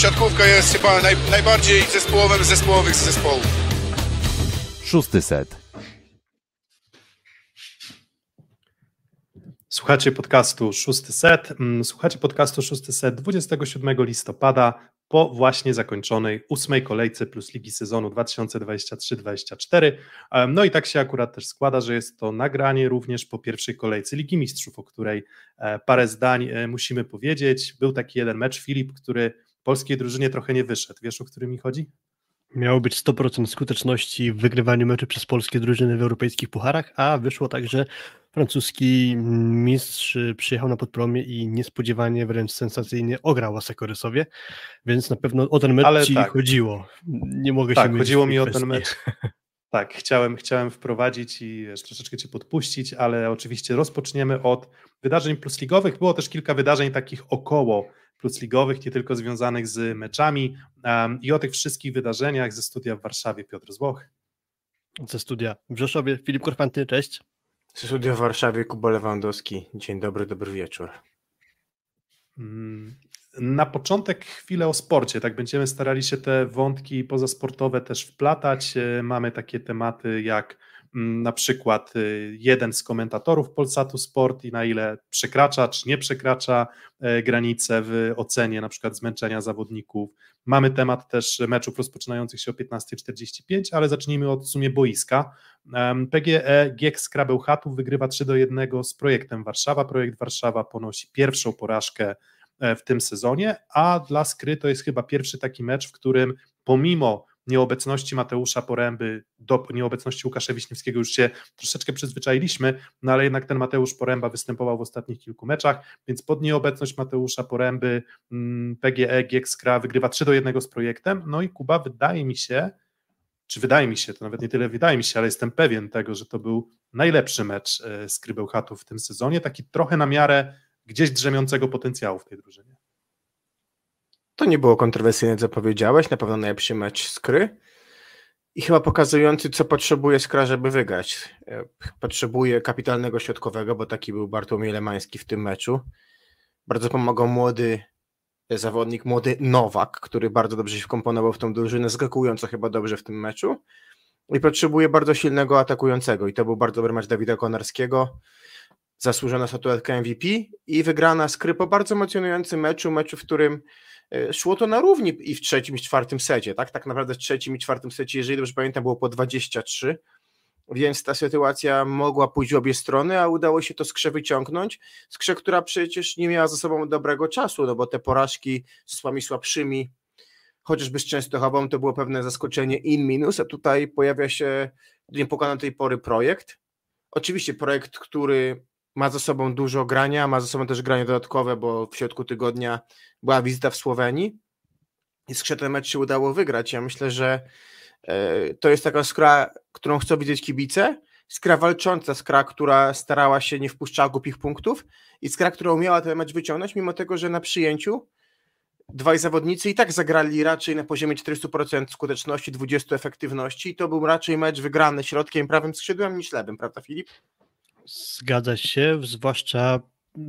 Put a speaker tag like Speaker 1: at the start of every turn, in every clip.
Speaker 1: siatkówka jest chyba najbardziej zespołowym z zespołowych zespołów.
Speaker 2: Szósty set.
Speaker 3: Słuchacie podcastu Szósty Set. Słuchacie podcastu Szósty Set 27 listopada po właśnie zakończonej 8. kolejce Plus Ligi sezonu 2023-2024. No i tak się akurat też składa, że jest to nagranie również po pierwszej kolejce Ligi Mistrzów, o której parę zdań musimy powiedzieć. Był taki jeden mecz, Filip, który polskiej drużynie trochę nie wyszedł. Wiesz, o który mi chodzi?
Speaker 4: Miało być 100% skuteczności w wygrywaniu meczu przez polskie drużyny w europejskich pucharach, a wyszło tak, że francuski mistrz przyjechał na podpromie i niespodziewanie, wręcz sensacyjnie ograł Asekorysowie, więc na pewno o ten mecz chodziło. Nie mogę się mylić.
Speaker 3: Chodziło mi o ten mecz. Tak, chciałem wprowadzić i troszeczkę Cię podpuścić, ale oczywiście rozpoczniemy od wydarzeń plusligowych. Było też kilka wydarzeń takich około plusligowych, nie tylko związanych z meczami, i o tych wszystkich wydarzeniach ze studia w Warszawie Piotr Złoch.
Speaker 4: Ze studia w Rzeszowie Filip Korfanty, cześć.
Speaker 5: Ze studia w Warszawie Kuba Lewandowski, dzień dobry, dobry wieczór.
Speaker 3: Na początek chwilę o sporcie, tak będziemy starali się te wątki pozasportowe też wplatać. Mamy takie tematy jak na przykład jeden z komentatorów Polsatu Sport i na ile przekracza czy nie przekracza granice w ocenie na przykład zmęczenia zawodników. Mamy temat też meczów rozpoczynających się o 15:45, ale zacznijmy od w sumie boiska. PGE GiEK Skra Bełchatów wygrywa 3-1 z Projektem Warszawa. Projekt Warszawa ponosi pierwszą porażkę w tym sezonie, a dla Skry to jest chyba pierwszy taki mecz, w którym pomimo nieobecności Mateusza Poręby, do nieobecności Łukasza Wiśniewskiego już się troszeczkę przyzwyczailiśmy, no ale jednak ten Mateusz Poręba występował w ostatnich kilku meczach, więc pod nieobecność Mateusza Poręby PGE GiEK Skra wygrywa 3-1 z Projektem. No i Kuba, wydaje mi się, to nawet nie tyle wydaje mi się, ale jestem pewien tego, że to był najlepszy mecz Skry Bełchatów w tym sezonie, taki trochę na miarę gdzieś drzemiącego potencjału w tej drużynie.
Speaker 5: To nie było kontrowersyjne, co powiedziałeś, na pewno najlepszy mecz Skry i chyba pokazujący, co potrzebuje Skra, żeby wygrać. Potrzebuje kapitalnego środkowego, bo taki był Bartłomiej Lemański w tym meczu. Bardzo pomagał młody zawodnik, młody Nowak, który bardzo dobrze się wkomponował w tą drużynę, zaskakująco chyba dobrze w tym meczu. I potrzebuje bardzo silnego atakującego i to był bardzo dobry mecz Dawida Konarskiego. Zasłużona statuetka MVP i wygrana Skry po bardzo emocjonującym meczu, w którym szło to na równi i w trzecim i czwartym secie, tak naprawdę w trzecim i czwartym secie, jeżeli dobrze pamiętam, było po 23, więc ta sytuacja mogła pójść w obie strony, a udało się to Skrze wyciągnąć. Skrze, która przecież nie miała za sobą dobrego czasu, no bo te porażki z zespołami słabszymi, chociażby z Częstochową, to było pewne zaskoczenie in-minus, a tutaj pojawia się niepokonany do tej pory Projekt. Oczywiście Projekt, który ma za sobą dużo grania, ma za sobą też granie dodatkowe, bo w środku tygodnia była wizyta w Słowenii i Skrze ten mecz się udało wygrać. Ja myślę, że to jest taka Skra, którą chcą widzieć kibice, Skra walcząca, Skra, która starała się, nie wpuszczała głupich punktów i Skra, która umiała ten mecz wyciągnąć, mimo tego, że na przyjęciu dwaj zawodnicy i tak zagrali raczej na poziomie 40% skuteczności, 20% efektywności i to był raczej mecz wygrany środkiem prawym skrzydłem niż lewym, prawda Filip?
Speaker 4: Zgadza się, zwłaszcza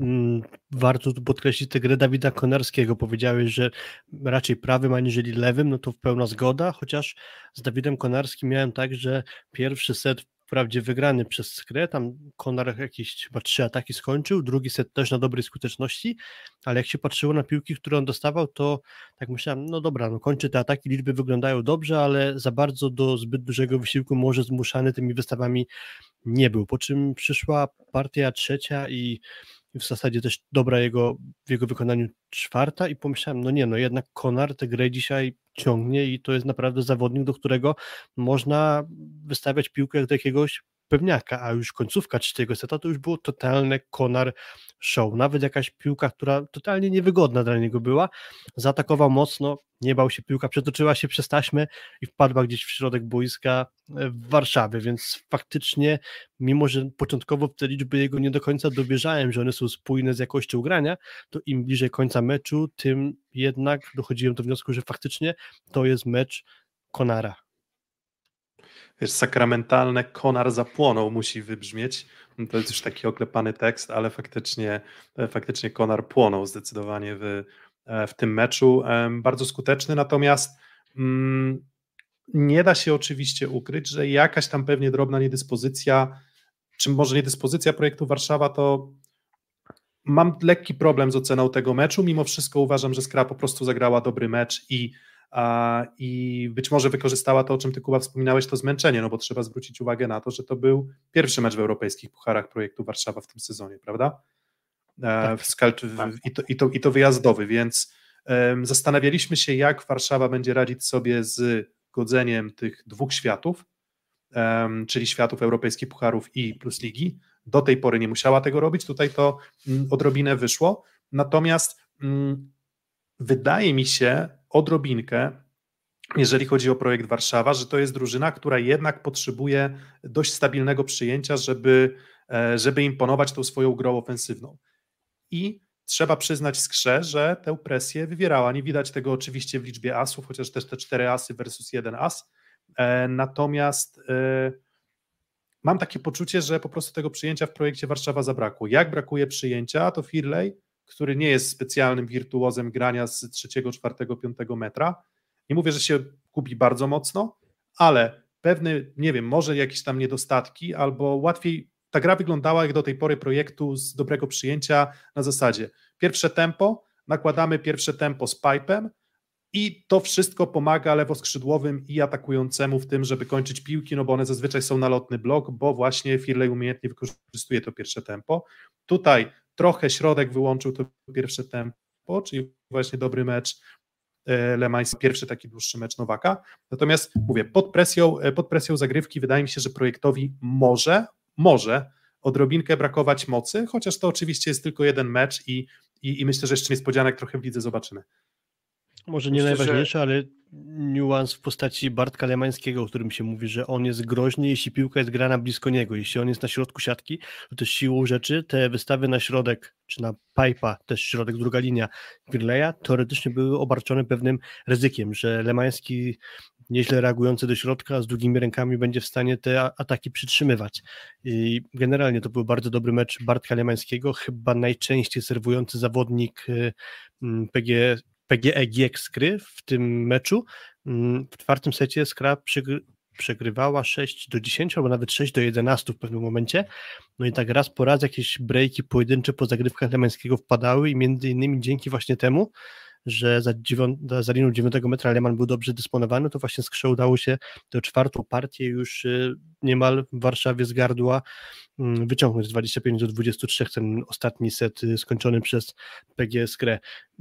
Speaker 4: warto tu podkreślić tę grę Dawida Konarskiego. Powiedziałeś, że raczej prawym aniżeli lewym, no to pełna zgoda, chociaż z Dawidem Konarskim miałem tak, że pierwszy set wprawdzie wygrany przez Skrę, tam Konar jakieś chyba 3 ataki skończył, drugi set też na dobrej skuteczności, ale jak się patrzyło na piłki, które on dostawał, to tak myślałem, no dobra, no kończy te ataki, liczby wyglądają dobrze, ale za bardzo do zbyt dużego wysiłku może zmuszany tymi wystawami nie był, po czym przyszła partia trzecia i w zasadzie też dobra w jego wykonaniu czwarta i pomyślałem, no jednak Konar tę grę dzisiaj ciągnie i to jest naprawdę zawodnik, do którego można wystawiać piłkę jak do jakiegoś pewniaka, a już końcówka trzeciego seta to już było totalne Konar show, nawet jakaś piłka, która totalnie niewygodna dla niego była, zaatakował mocno, nie bał się, piłka przetoczyła się przez taśmę i wpadła gdzieś w środek boiska w Warszawie, więc faktycznie, mimo że początkowo w te liczby jego nie do końca dowierzałem, że one są spójne z jakością grania, to im bliżej końca meczu, tym jednak dochodziłem do wniosku, że faktycznie to jest mecz Konara.
Speaker 3: Wiesz, sakramentalne Konar zapłonął musi wybrzmieć. To jest już taki oklepany tekst, ale faktycznie Konar płonął zdecydowanie w tym meczu, bardzo skuteczny, natomiast nie da się oczywiście ukryć, że jakaś tam pewnie drobna niedyspozycja, czy może niedyspozycja projektu Warszawa, to mam lekki problem z oceną tego meczu, mimo wszystko uważam, że Skra po prostu zagrała dobry mecz i być może wykorzystała to, o czym ty, Kuba, wspominałeś, to zmęczenie, no bo trzeba zwrócić uwagę na to, że to był pierwszy mecz w europejskich pucharach projektu Warszawa w tym sezonie, prawda? I to wyjazdowy, więc zastanawialiśmy się, jak Warszawa będzie radzić sobie z godzeniem tych dwóch światów, czyli światów europejskich pucharów i plus ligi. Do tej pory nie musiała tego robić, tutaj to odrobinę wyszło, natomiast wydaje mi się odrobinkę, jeżeli chodzi o projekt Warszawa, że to jest drużyna, która jednak potrzebuje dość stabilnego przyjęcia, żeby imponować tą swoją grą ofensywną. I trzeba przyznać Skrze, że tę presję wywierała. Nie widać tego oczywiście w liczbie asów, chociaż też te 4 asy versus 1 as. Natomiast mam takie poczucie, że po prostu tego przyjęcia w projekcie Warszawa zabrakło. Jak brakuje przyjęcia, to Firley, który nie jest specjalnym wirtuozem grania z 3., 4., 5. metra, nie mówię, że się gubi bardzo mocno, ale pewne, nie wiem, może jakieś tam niedostatki, albo łatwiej ta gra wyglądała jak do tej pory projektu z dobrego przyjęcia na zasadzie pierwsze tempo, nakładamy pierwsze tempo z pipe'em i to wszystko pomaga lewoskrzydłowym i atakującemu w tym, żeby kończyć piłki, no bo one zazwyczaj są na lotny blok, bo właśnie Firley umiejętnie wykorzystuje to pierwsze tempo. Tutaj trochę środek wyłączył to pierwsze tempo, czyli właśnie dobry mecz Lemański, pierwszy taki dłuższy mecz Nowaka. Natomiast mówię, pod presją zagrywki wydaje mi się, że projektowi może odrobinkę brakować mocy, chociaż to oczywiście jest tylko jeden mecz i myślę, że jeszcze niespodzianek trochę w lidze zobaczymy.
Speaker 4: Może nie najważniejsze, ale niuans w postaci Bartka Lemańskiego, o którym się mówi, że on jest groźny, jeśli piłka jest grana blisko niego. Jeśli on jest na środku siatki, to też siłą rzeczy te wystawy na środek, czy na pipe'a, też środek, druga linia Firleya, teoretycznie były obarczone pewnym ryzykiem, że Lemański nieźle reagujący do środka, z długimi rękami będzie w stanie te ataki przytrzymywać. I generalnie to był bardzo dobry mecz Bartka Lemańskiego, chyba najczęściej serwujący zawodnik PGE GiEK Skry w tym meczu. W 4. secie Skra przegrywała 6-10 albo nawet 6-11 w pewnym momencie. No i tak raz po raz jakieś breaki pojedyncze po zagrywkach Lemańskiego wpadały i między innymi dzięki właśnie temu, że za linią 9 metra Leman był dobrze dysponowany, to właśnie Skrze udało się tę 4. partię już niemal w Warszawie z gardła wyciągnąć 25-23, ten ostatni set skończony przez PGE Skrę.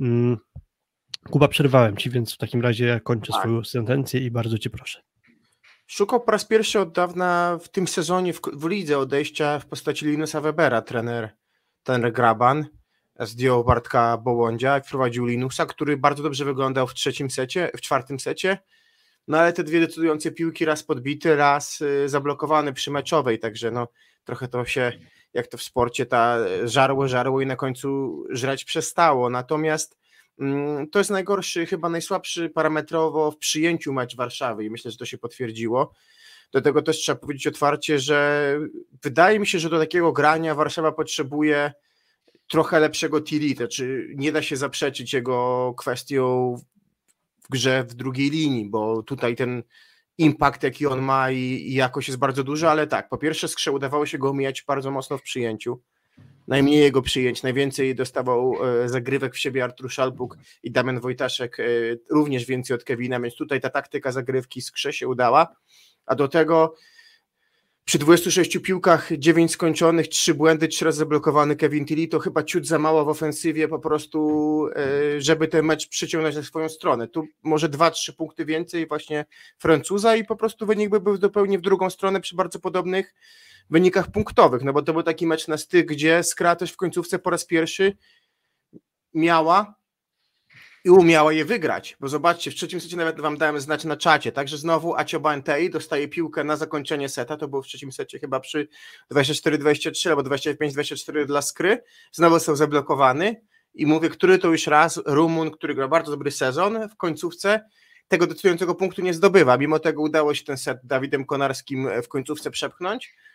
Speaker 4: Kuba, przerwałem Ci, więc w takim razie ja kończę swoją sentencję i bardzo Cię proszę.
Speaker 5: Szukał po raz pierwszy od dawna w tym sezonie w lidze odejścia w postaci Linusa Webera, trener Graban. Zdjął Bartka Bołądzia i wprowadził Linusa, który bardzo dobrze wyglądał w 4. secie, no ale te dwie decydujące piłki, raz podbity, raz zablokowany przy meczowej, także no trochę to się, jak to w sporcie, żarło i na końcu żreć przestało, natomiast to jest najgorszy, chyba najsłabszy parametrowo w przyjęciu mecz Warszawy i myślę, że to się potwierdziło. Do tego też trzeba powiedzieć otwarcie, że wydaje mi się, że do takiego grania Warszawa potrzebuje trochę lepszego Tirita, czy nie da się zaprzeczyć jego kwestią w grze w drugiej linii, bo tutaj ten impact, jaki on ma i jakość jest bardzo duży, ale tak, po pierwsze Skrze udawało się go omijać bardzo mocno w przyjęciu, najmniej jego przyjęć, najwięcej dostawał zagrywek w siebie Artur Szalpuk i Damian Wojtaszek, również więcej od Kevina, więc tutaj ta taktyka zagrywki Skrze się udała, a do tego przy 26 piłkach 9 skończonych, 3 błędy, 3 razy zablokowany Kevin Tilly, to chyba ciut za mało w ofensywie po prostu, żeby ten mecz przyciągnąć na swoją stronę. Tu może 2-3 punkty więcej właśnie Francuza i po prostu wynik by był zupełnie w drugą stronę przy bardzo podobnych wynikach punktowych, no bo to był taki mecz na styk, gdzie Skra też w końcówce po raz pierwszy miała i umiała je wygrać, bo zobaczcie, w 3. secie nawet wam dałem znać na czacie, także znowu Acioba Ntei dostaje piłkę na zakończenie seta, to było w 3. secie chyba przy 24-23 albo 25-24 dla Skry, znowu są zablokowany i mówię, który to już raz Rumun, który gra bardzo dobry sezon w końcówce, tego decydującego punktu nie zdobywa, mimo tego udało się ten set Dawidem Konarskim w końcówce przepchnąć,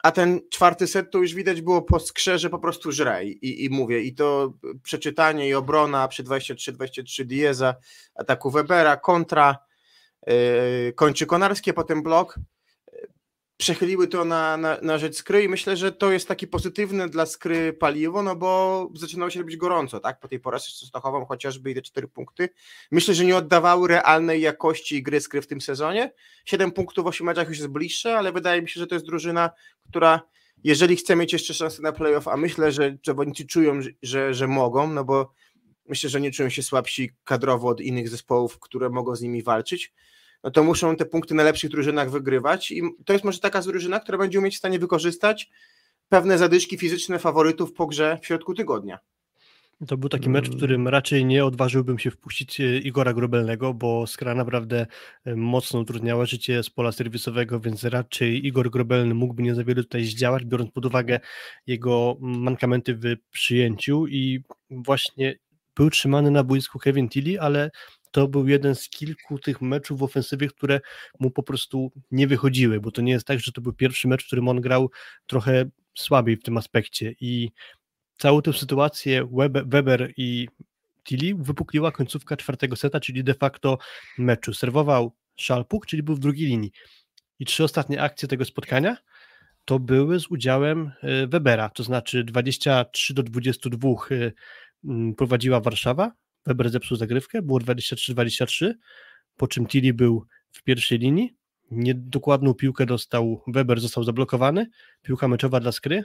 Speaker 5: A ten czwarty set to już widać było po skrze, że po prostu żre i mówię, i to przeczytanie i obrona przy 23 Dieza, ataku Webera, kontra, kończy Konarskie, potem blok, przechyliły to na rzecz Skry i myślę, że to jest taki pozytywne dla Skry paliwo, no bo zaczynało się robić gorąco, tak, po tej porażce z Częstochową chociażby i te 4 punkty. Myślę, że nie oddawały realnej jakości gry Skry w tym sezonie. 7 punktów w 8 meczach już jest bliższe, ale wydaje mi się, że to jest drużyna, która jeżeli chce mieć jeszcze szansę na playoff, a myślę, że zawodnicy czują, że mogą, no bo myślę, że nie czują się słabsi kadrowo od innych zespołów, które mogą z nimi walczyć, no to muszą te punkty na lepszych drużynach wygrywać i to jest może taka drużyna, która będzie umieć w stanie wykorzystać pewne zadyszki fizyczne faworytów po grze w środku tygodnia.
Speaker 4: To był taki mecz, w którym raczej nie odważyłbym się wpuścić Igora Grobelnego, bo Skra naprawdę mocno utrudniała życie z pola serwisowego, więc raczej Igor Grobelny mógłby nie za wiele tutaj zdziałać, biorąc pod uwagę jego mankamenty w przyjęciu i właśnie był trzymany na boisku Kevin Tilly, ale to był jeden z kilku tych meczów w ofensywie, które mu po prostu nie wychodziły, bo to nie jest tak, że to był pierwszy mecz, w którym on grał trochę słabiej w tym aspekcie i całą tę sytuację Weber i Tilly wypukliła końcówka czwartego seta, czyli de facto meczu. Serwował Szalpuk, czyli był w drugiej linii. I 3 ostatnie akcje tego spotkania to były z udziałem Webera, to znaczy 23-22 prowadziła Warszawa, Weber zepsuł zagrywkę, było 23-23, po czym Tilly był w pierwszej linii, niedokładną piłkę dostał Weber, został zablokowany, piłka meczowa dla Skry,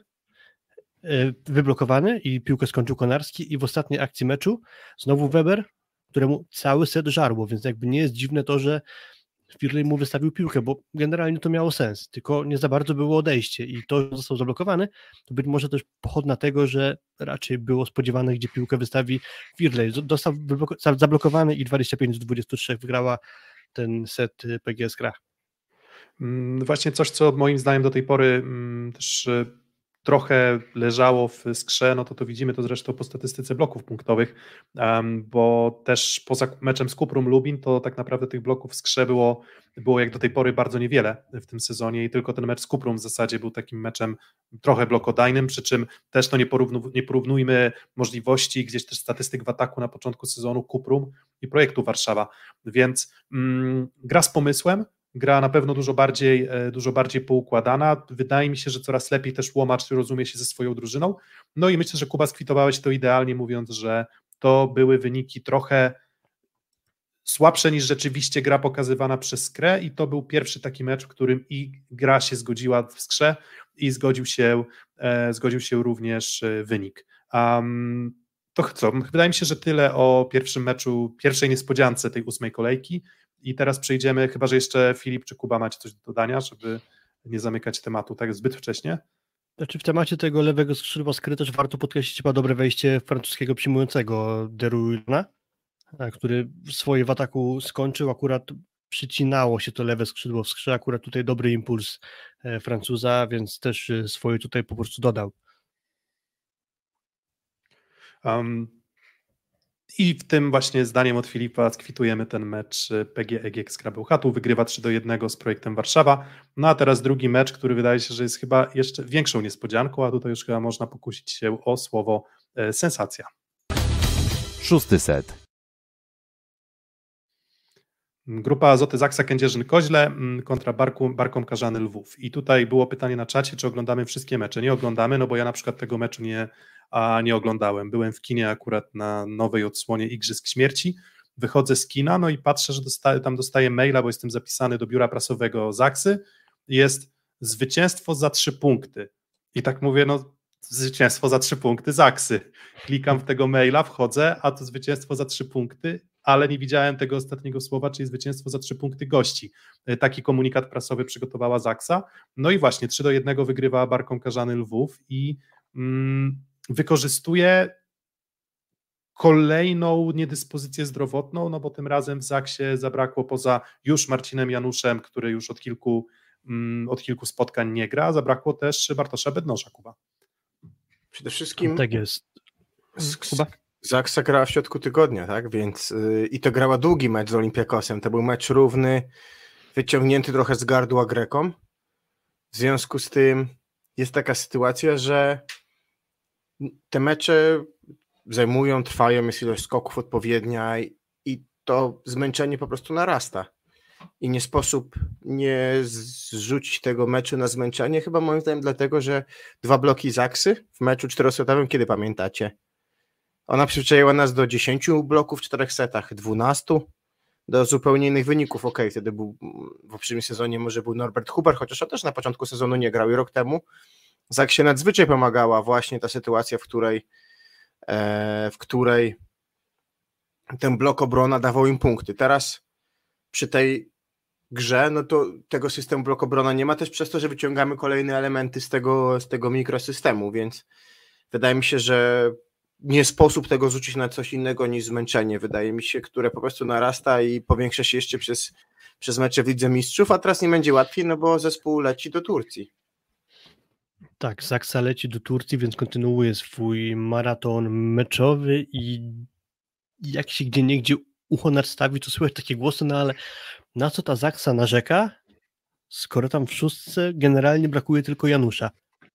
Speaker 4: wyblokowany i piłkę skończył Konarski i w ostatniej akcji meczu znowu Weber, któremu cały set żarło, więc jakby nie jest dziwne to, że Firley mu wystawił piłkę, bo generalnie to miało sens, tylko nie za bardzo było odejście i to, że został zablokowany, to być może też pochodna tego, że raczej było spodziewane, gdzie piłkę wystawi Firley. Został zablokowany i 25-23 wygrała ten set PGS Skra.
Speaker 3: Właśnie coś, co moim zdaniem do tej pory też trochę leżało w Skrze, no to widzimy to zresztą po statystyce bloków punktowych, bo też poza meczem z Kuprum Lubin to tak naprawdę tych bloków w Skrze było jak do tej pory bardzo niewiele w tym sezonie i tylko ten mecz z Kuprum w zasadzie był takim meczem trochę blokodajnym, przy czym też no nie porównujmy możliwości, gdzieś też statystyk w ataku na początku sezonu Kuprum i projektu Warszawa, więc gra z pomysłem, gra na pewno dużo bardziej poukładana. Wydaje mi się, że coraz lepiej też Łomacz rozumie się ze swoją drużyną. No i myślę, że Kuba skwitowałeś to idealnie, mówiąc, że to były wyniki trochę słabsze niż rzeczywiście gra pokazywana przez Skrę i to był pierwszy taki mecz, w którym i gra się zgodziła w Skrze i zgodził się również wynik. To co? Wydaje mi się, że tyle o pierwszym meczu, pierwszej niespodziance tej 8. kolejki. I teraz przejdziemy, chyba że jeszcze Filip czy Kuba macie coś do dodania, żeby nie zamykać tematu tak zbyt wcześnie.
Speaker 4: Znaczy w temacie tego lewego skrzydła Skry też warto podkreślić chyba dobre wejście francuskiego przyjmującego Deruilna, który swoje w ataku skończył, akurat przycinało się to lewe skrzydło w Skrze, akurat tutaj dobry impuls Francuza, więc też swoje tutaj po prostu dodał.
Speaker 3: I w tym właśnie zdaniem od Filipa skwitujemy ten mecz PGE Skra Bełchatów, wygrywa 3-1 z projektem Warszawa, no a teraz drugi mecz, który wydaje się, że jest chyba jeszcze większą niespodzianką, a tutaj już chyba można pokusić się o słowo sensacja.
Speaker 2: 6. set.
Speaker 3: Grupa Azoty Zaksa Kędzierzyn-Koźle kontra Barkom Karzany Lwów. I tutaj było pytanie na czacie, czy oglądamy wszystkie mecze. Nie oglądamy, no bo ja na przykład tego meczu nie oglądałem. Byłem w kinie akurat na nowej odsłonie Igrzysk Śmierci. Wychodzę z kina, no i patrzę, że dostaję maila, bo jestem zapisany do biura prasowego Zaksy. Jest zwycięstwo za 3 punkty. I tak mówię, no zwycięstwo za 3 punkty Zaksy. Klikam w tego maila, wchodzę, a to zwycięstwo za 3 punkty, ale nie widziałem tego ostatniego słowa, czyli zwycięstwo za 3 punkty gości. Taki komunikat prasowy przygotowała Zaksa. No i właśnie 3-1 wygrywa Barkom Karzany Lwów i wykorzystuje kolejną niedyspozycję zdrowotną, no bo tym razem w Zaksie zabrakło poza już Marcinem Januszem, który już od kilku spotkań nie gra, zabrakło też Bartosza Bednosza, Kuba.
Speaker 5: Przede wszystkim
Speaker 4: tak jest. Kuba?
Speaker 5: Zaksa grała w środku tygodnia, tak? Więc i to grała długi mecz z Olympiakosem. To był mecz równy, wyciągnięty trochę z gardła Grekom. W związku z tym jest taka sytuacja, że te mecze trwają, jest ilość skoków odpowiednia i to zmęczenie po prostu narasta. I nie sposób nie zrzucić tego meczu na zmęczenie, chyba moim zdaniem dlatego, że 2 bloki Zaksy w meczu 4-setowym, kiedy pamiętacie? Ona przyzwyczaiła nas do 10 bloków w 4 setach, 12, do zupełnie innych wyników. Okej, wtedy był w poprzednim sezonie może był Norbert Huber, chociaż on też na początku sezonu nie grał i rok temu Zaksie nadzwyczaj pomagała właśnie ta sytuacja, w której ten blok obrona dawał im punkty. Teraz przy tej grze, no to tego systemu blok obrona nie ma też przez to, że wyciągamy kolejne elementy z tego mikrosystemu, więc wydaje mi się, że nie sposób tego rzucić na coś innego niż zmęczenie, wydaje mi się, które po prostu narasta i powiększa się jeszcze przez mecze w Lidze Mistrzów, a teraz nie będzie łatwiej, no bo zespół leci do Turcji.
Speaker 4: Tak, Zaksa leci do Turcji, więc kontynuuje swój maraton meczowy i jak się gdzieniegdzie ucho nadstawi, to słychać takie głosy, no ale na co ta Zaksa narzeka, skoro tam w 6 generalnie brakuje tylko Janusza.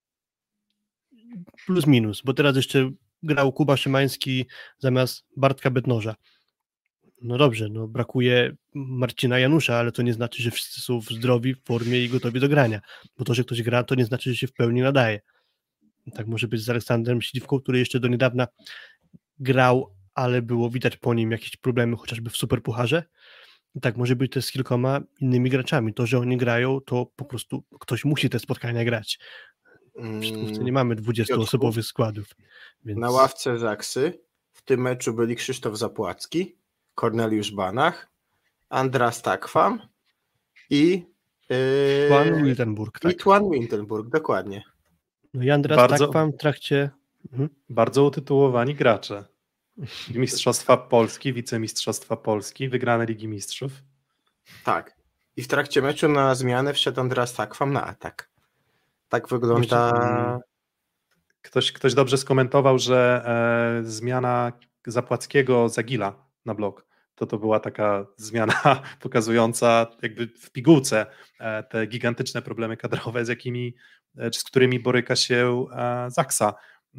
Speaker 4: Plus minus, bo teraz jeszcze grał Kuba Szymański zamiast Bartka Bednoża. No dobrze, no brakuje Marcina Janusza, ale to nie znaczy, że wszyscy są w zdrowi, w formie i gotowi do grania, bo to, że ktoś gra, to nie znaczy, że się w pełni nadaje. Tak może być z Aleksandrem Śliwką, który jeszcze do niedawna grał, ale było widać po nim jakieś problemy chociażby w Superpucharze. Tak może być też z kilkoma innymi graczami. To, że oni grają, to po prostu ktoś musi te spotkania grać. W siatkówce nie mamy 20-osobowych składów. Więc...
Speaker 5: Na ławce Zaksy w tym meczu byli Krzysztof Zapłacki, Korneliusz Banach, Andras Takwam i
Speaker 4: Twan Wiltenburg. Tak.
Speaker 5: I Twan Wiltenburg, dokładnie.
Speaker 4: No i Andras Takwam w trakcie...
Speaker 3: Bardzo utytułowani gracze. Mistrzostwa Polski, wicemistrzostwa Polski, wygrane Ligi Mistrzów.
Speaker 5: Tak. I w trakcie meczu na zmianę wszedł Andras Takwam na atak. Tak wygląda...
Speaker 3: Ktoś dobrze skomentował, że zmiana Zapłackiego Zagila na blok, to była taka zmiana pokazująca jakby w pigułce te gigantyczne problemy kadrowe, z którymi boryka się Zaksa.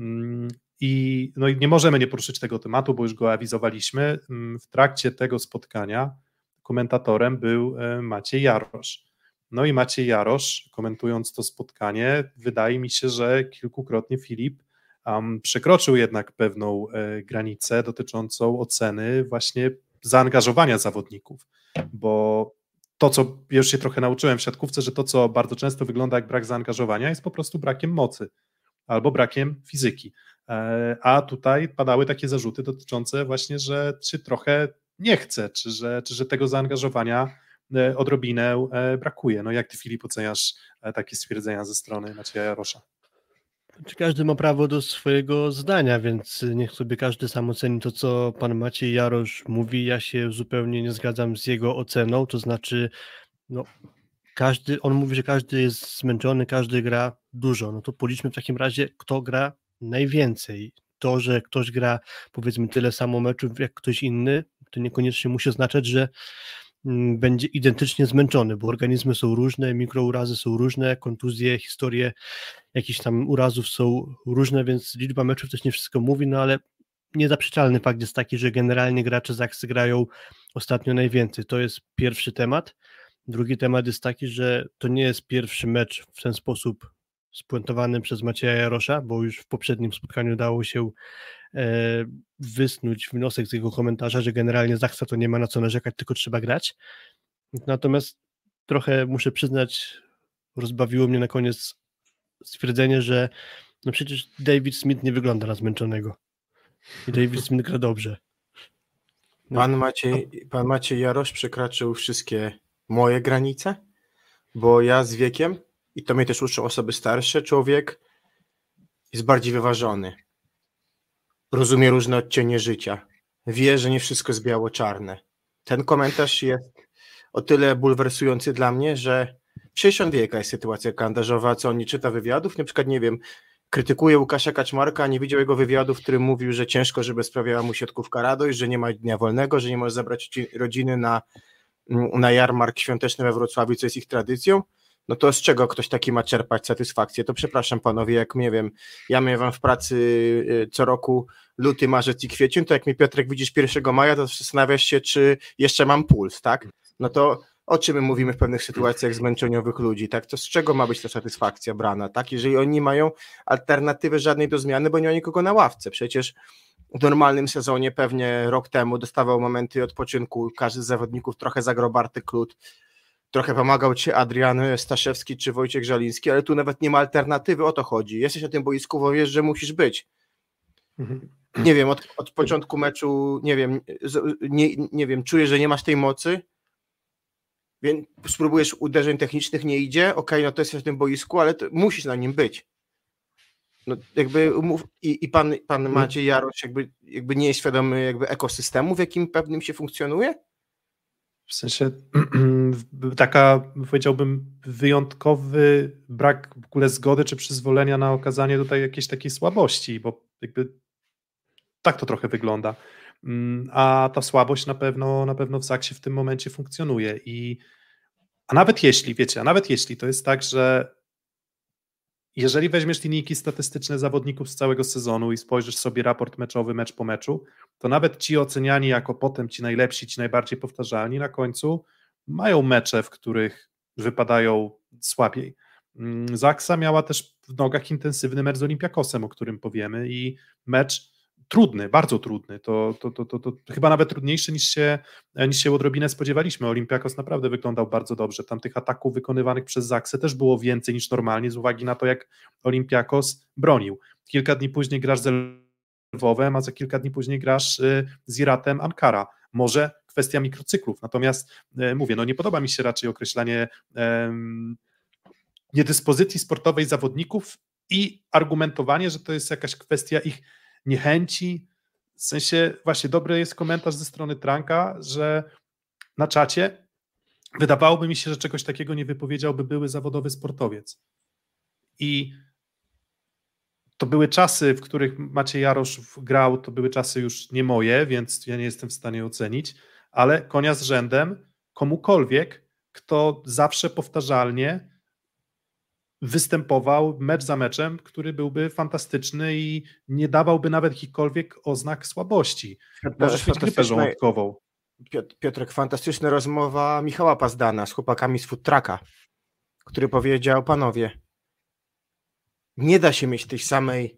Speaker 3: I nie możemy nie poruszyć tego tematu, bo już go awizowaliśmy. W trakcie tego spotkania komentatorem był Maciej Jarosz. No i Maciej Jarosz, komentując to spotkanie, wydaje mi się, że kilkukrotnie Filip przekroczył jednak pewną granicę dotyczącą oceny właśnie zaangażowania zawodników, bo to, co już się trochę nauczyłem w siatkówce, że to, co bardzo często wygląda jak brak zaangażowania, jest po prostu brakiem mocy albo brakiem fizyki, a tutaj padały takie zarzuty dotyczące właśnie, że się trochę nie chce, czy że tego zaangażowania odrobinę brakuje. No jak ty, Filip, oceniasz takie stwierdzenia ze strony Macieja Jarosza?
Speaker 4: Każdy ma prawo do swojego zdania, więc niech sobie każdy sam oceni to, co pan Maciej Jarosz mówi. Ja się zupełnie nie zgadzam z jego oceną, to znaczy on mówi, że każdy jest zmęczony, każdy gra dużo. No to policzmy w takim razie, kto gra najwięcej. To, że ktoś gra powiedzmy tyle samo meczów jak ktoś inny, to niekoniecznie musi oznaczać, że będzie identycznie zmęczony, bo organizmy są różne, mikrourazy są różne, kontuzje, historie jakichś tam urazów są różne, więc liczba meczów też nie wszystko mówi, no ale niezaprzeczalny fakt jest taki, że generalnie gracze Zaksy grają ostatnio najwięcej. To jest pierwszy temat. Drugi temat jest taki, że to nie jest pierwszy mecz w ten sposób spuentowany przez Macieja Jarosza, bo już w poprzednim spotkaniu dało się wysnuć wniosek z jego komentarza, że generalnie Zaksa to nie ma na co narzekać, tylko trzeba grać. Natomiast trochę muszę przyznać, rozbawiło mnie na koniec stwierdzenie, że no przecież David Smith nie wygląda na zmęczonego. I David Smith gra dobrze.
Speaker 5: Pan Maciej Jarosz przekroczył wszystkie moje granice, bo ja z wiekiem, i to mnie też uczą osoby starsze, człowiek jest bardziej wyważony. Rozumie różne odcienie życia. Wie, że nie wszystko jest biało-czarne. Ten komentarz jest o tyle bulwersujący dla mnie, że przecież on wie, jaka jest sytuacja kalendarzowa, co on nie czyta wywiadów, na przykład, nie wiem, krytykuje Łukasza Kaczmarka, a nie widział jego wywiadu, w którym mówił, że ciężko, żeby sprawiała mu siatkówka radość, że nie ma dnia wolnego, że nie może zabrać rodziny na jarmark świąteczny we Wrocławiu, co jest ich tradycją. no to z czego ktoś taki ma czerpać satysfakcję? To przepraszam panowie, jak nie wiem, ja miewam w pracy co roku luty, marzec i kwiecień, to jak mi Piotrek widzisz 1 maja, to zastanawiasz się, czy jeszcze mam puls, tak? No to o czym my mówimy w pewnych sytuacjach zmęczeniowych ludzi, tak? To z czego ma być ta satysfakcja brana, tak? Jeżeli oni mają alternatywy żadnej do zmiany, bo nie ma nikogo na ławce. Przecież w normalnym sezonie pewnie rok temu dostawał momenty odpoczynku każdy z zawodników, trochę zagrał Bartek Klut, trochę pomagał ci Adrian Staszewski czy Wojciech Żaliński, ale tu nawet nie ma alternatywy, o to chodzi. Jesteś na tym boisku, bo wiesz, że musisz być. Nie wiem, od początku meczu, nie wiem, czujesz, że nie masz tej mocy, więc spróbujesz uderzeń technicznych, nie idzie, okej, no to jesteś na tym boisku, ale musisz na nim być. No jakby i pan Maciej Jarosz jakby nie jest świadomy jakby ekosystemu, w jakim pewnym się funkcjonuje?
Speaker 3: W sensie taka, powiedziałbym, wyjątkowy brak w ogóle zgody czy przyzwolenia na okazanie tutaj jakiejś takiej słabości, bo jakby tak to trochę wygląda. A ta słabość na pewno w Zaksie w tym momencie funkcjonuje. A nawet jeśli to jest tak, że jeżeli weźmiesz linijki statystyczne zawodników z całego sezonu i spojrzysz sobie raport meczowy mecz po meczu, to nawet ci oceniani jako potem ci najlepsi, ci najbardziej powtarzalni na końcu mają mecze, w których wypadają słabiej. Zaksa miała też w nogach intensywny mecz z Olympiakosem, o którym powiemy, i mecz trudny, bardzo trudny, to chyba nawet trudniejszy niż się odrobinę spodziewaliśmy. Olympiakos naprawdę wyglądał bardzo dobrze, tam tych ataków wykonywanych przez Zaksę też było więcej niż normalnie z uwagi na to, jak Olympiakos bronił. Kilka dni później grasz z Lwowem, a za kilka dni później grasz z Iratem Ankara. Może kwestia mikrocyklów, natomiast mówię, no nie podoba mi się raczej określanie niedyspozycji sportowej zawodników i argumentowanie, że to jest jakaś kwestia ich niechęci. W sensie właśnie dobry jest komentarz ze strony Tranka, że na czacie wydawałoby mi się, że czegoś takiego nie wypowiedziałby były zawodowy sportowiec. I to były czasy, w których Maciej Jarosz grał, to były czasy już nie moje, więc ja nie jestem w stanie ocenić, ale konia z rzędem komukolwiek, kto zawsze powtarzalnie występował mecz za meczem, który byłby fantastyczny i nie dawałby nawet jakichkolwiek oznak słabości. Możesz mieć grypę żołądkową.
Speaker 5: Piotrek, fantastyczna rozmowa Michała Pazdana z chłopakami z Food Trucka, który powiedział, panowie, nie da się mieć tej samej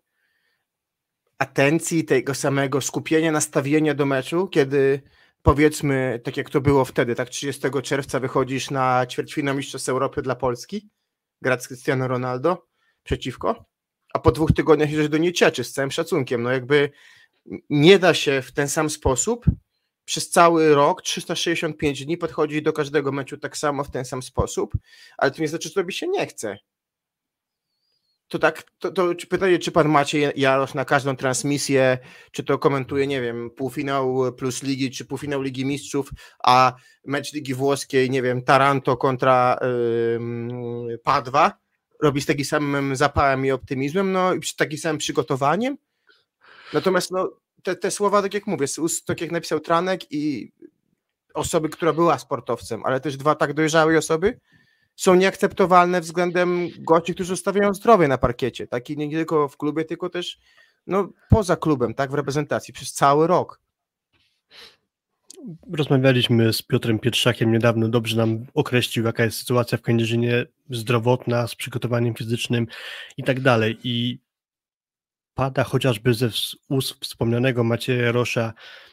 Speaker 5: atencji, tego samego skupienia, nastawienia do meczu, kiedy powiedzmy, tak jak to było wtedy, tak 30 czerwca wychodzisz na ćwierćfinał Mistrzostw Europy dla Polski, grać z Cristiano Ronaldo przeciwko, a po 2 tygodniach jedziesz do niej cieczy, z całym szacunkiem. No jakby nie da się w ten sam sposób przez cały rok, 365 dni podchodzić do każdego meczu tak samo, w ten sam sposób, ale to nie znaczy, że tobie się nie chce. To tak, to pytanie, czy pan Maciej Jarosz na każdą transmisję, czy to komentuje, nie wiem, półfinał plus ligi, czy półfinał Ligi Mistrzów, a mecz Ligi Włoskiej, nie wiem, Taranto kontra Padwa, robi z takim samym zapałem i optymizmem, no i z takim samym przygotowaniem. Natomiast no, te słowa, tak jak mówię, tak jak napisał Tranek i osoby, która była sportowcem, ale też 2 tak dojrzałe osoby, są nieakceptowalne względem gości, którzy zostawiają zdrowie na parkiecie, tak? I nie tylko w klubie, tylko też no, poza klubem, tak? W reprezentacji przez cały rok.
Speaker 4: Rozmawialiśmy z Piotrem Pietrzakiem niedawno, dobrze nam określił, jaka jest sytuacja w Kędzierzynie zdrowotna, z przygotowaniem fizycznym i tak dalej. I pada chociażby ze ust wspomnianego Macieja Jarosza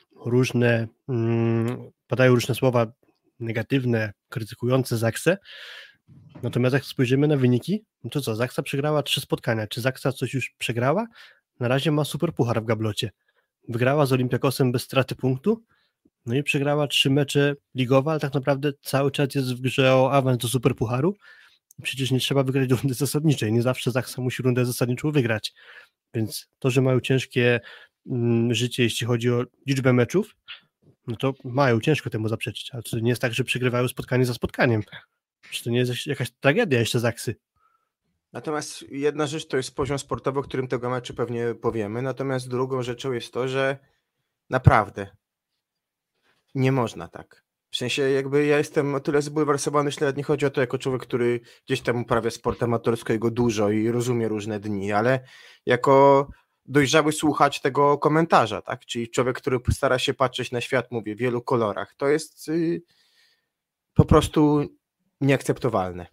Speaker 4: padają różne słowa negatywne, krytykujące Zaksę. Natomiast jak spojrzymy na wyniki, no to co, Zaksa przegrała 3 spotkania. Czy Zaksa coś już przegrała? Na razie ma super puchar w gablocie. Wygrała z Olympiakosem bez straty punktu, no i przegrała 3 mecze ligowe, ale tak naprawdę cały czas jest w grze o awans do super pucharu. Przecież nie trzeba wygrać rundy zasadniczej. Nie zawsze Zaksa musi rundę zasadniczą wygrać. Więc to, że mają ciężkie życie, jeśli chodzi o liczbę meczów, no to mają ciężko temu zaprzeczyć. Ale to nie jest tak, że przegrywają spotkanie za spotkaniem. Czy to nie jest jakaś tragedia jeszcze Zaksy?
Speaker 5: Natomiast jedna rzecz to jest poziom sportowy, o którym tego meczu pewnie powiemy, natomiast drugą rzeczą jest to, że naprawdę nie można tak. W sensie jakby ja jestem o tyle zbulwersowany, że nawet nie chodzi o to jako człowiek, który gdzieś tam uprawia sport amatorskiego dużo i rozumie różne dni, ale jako dojrzały słuchacz tego komentarza, tak? Czyli człowiek, który stara się patrzeć na świat, mówię, w wielu kolorach. To jest po prostu nieakceptowalne.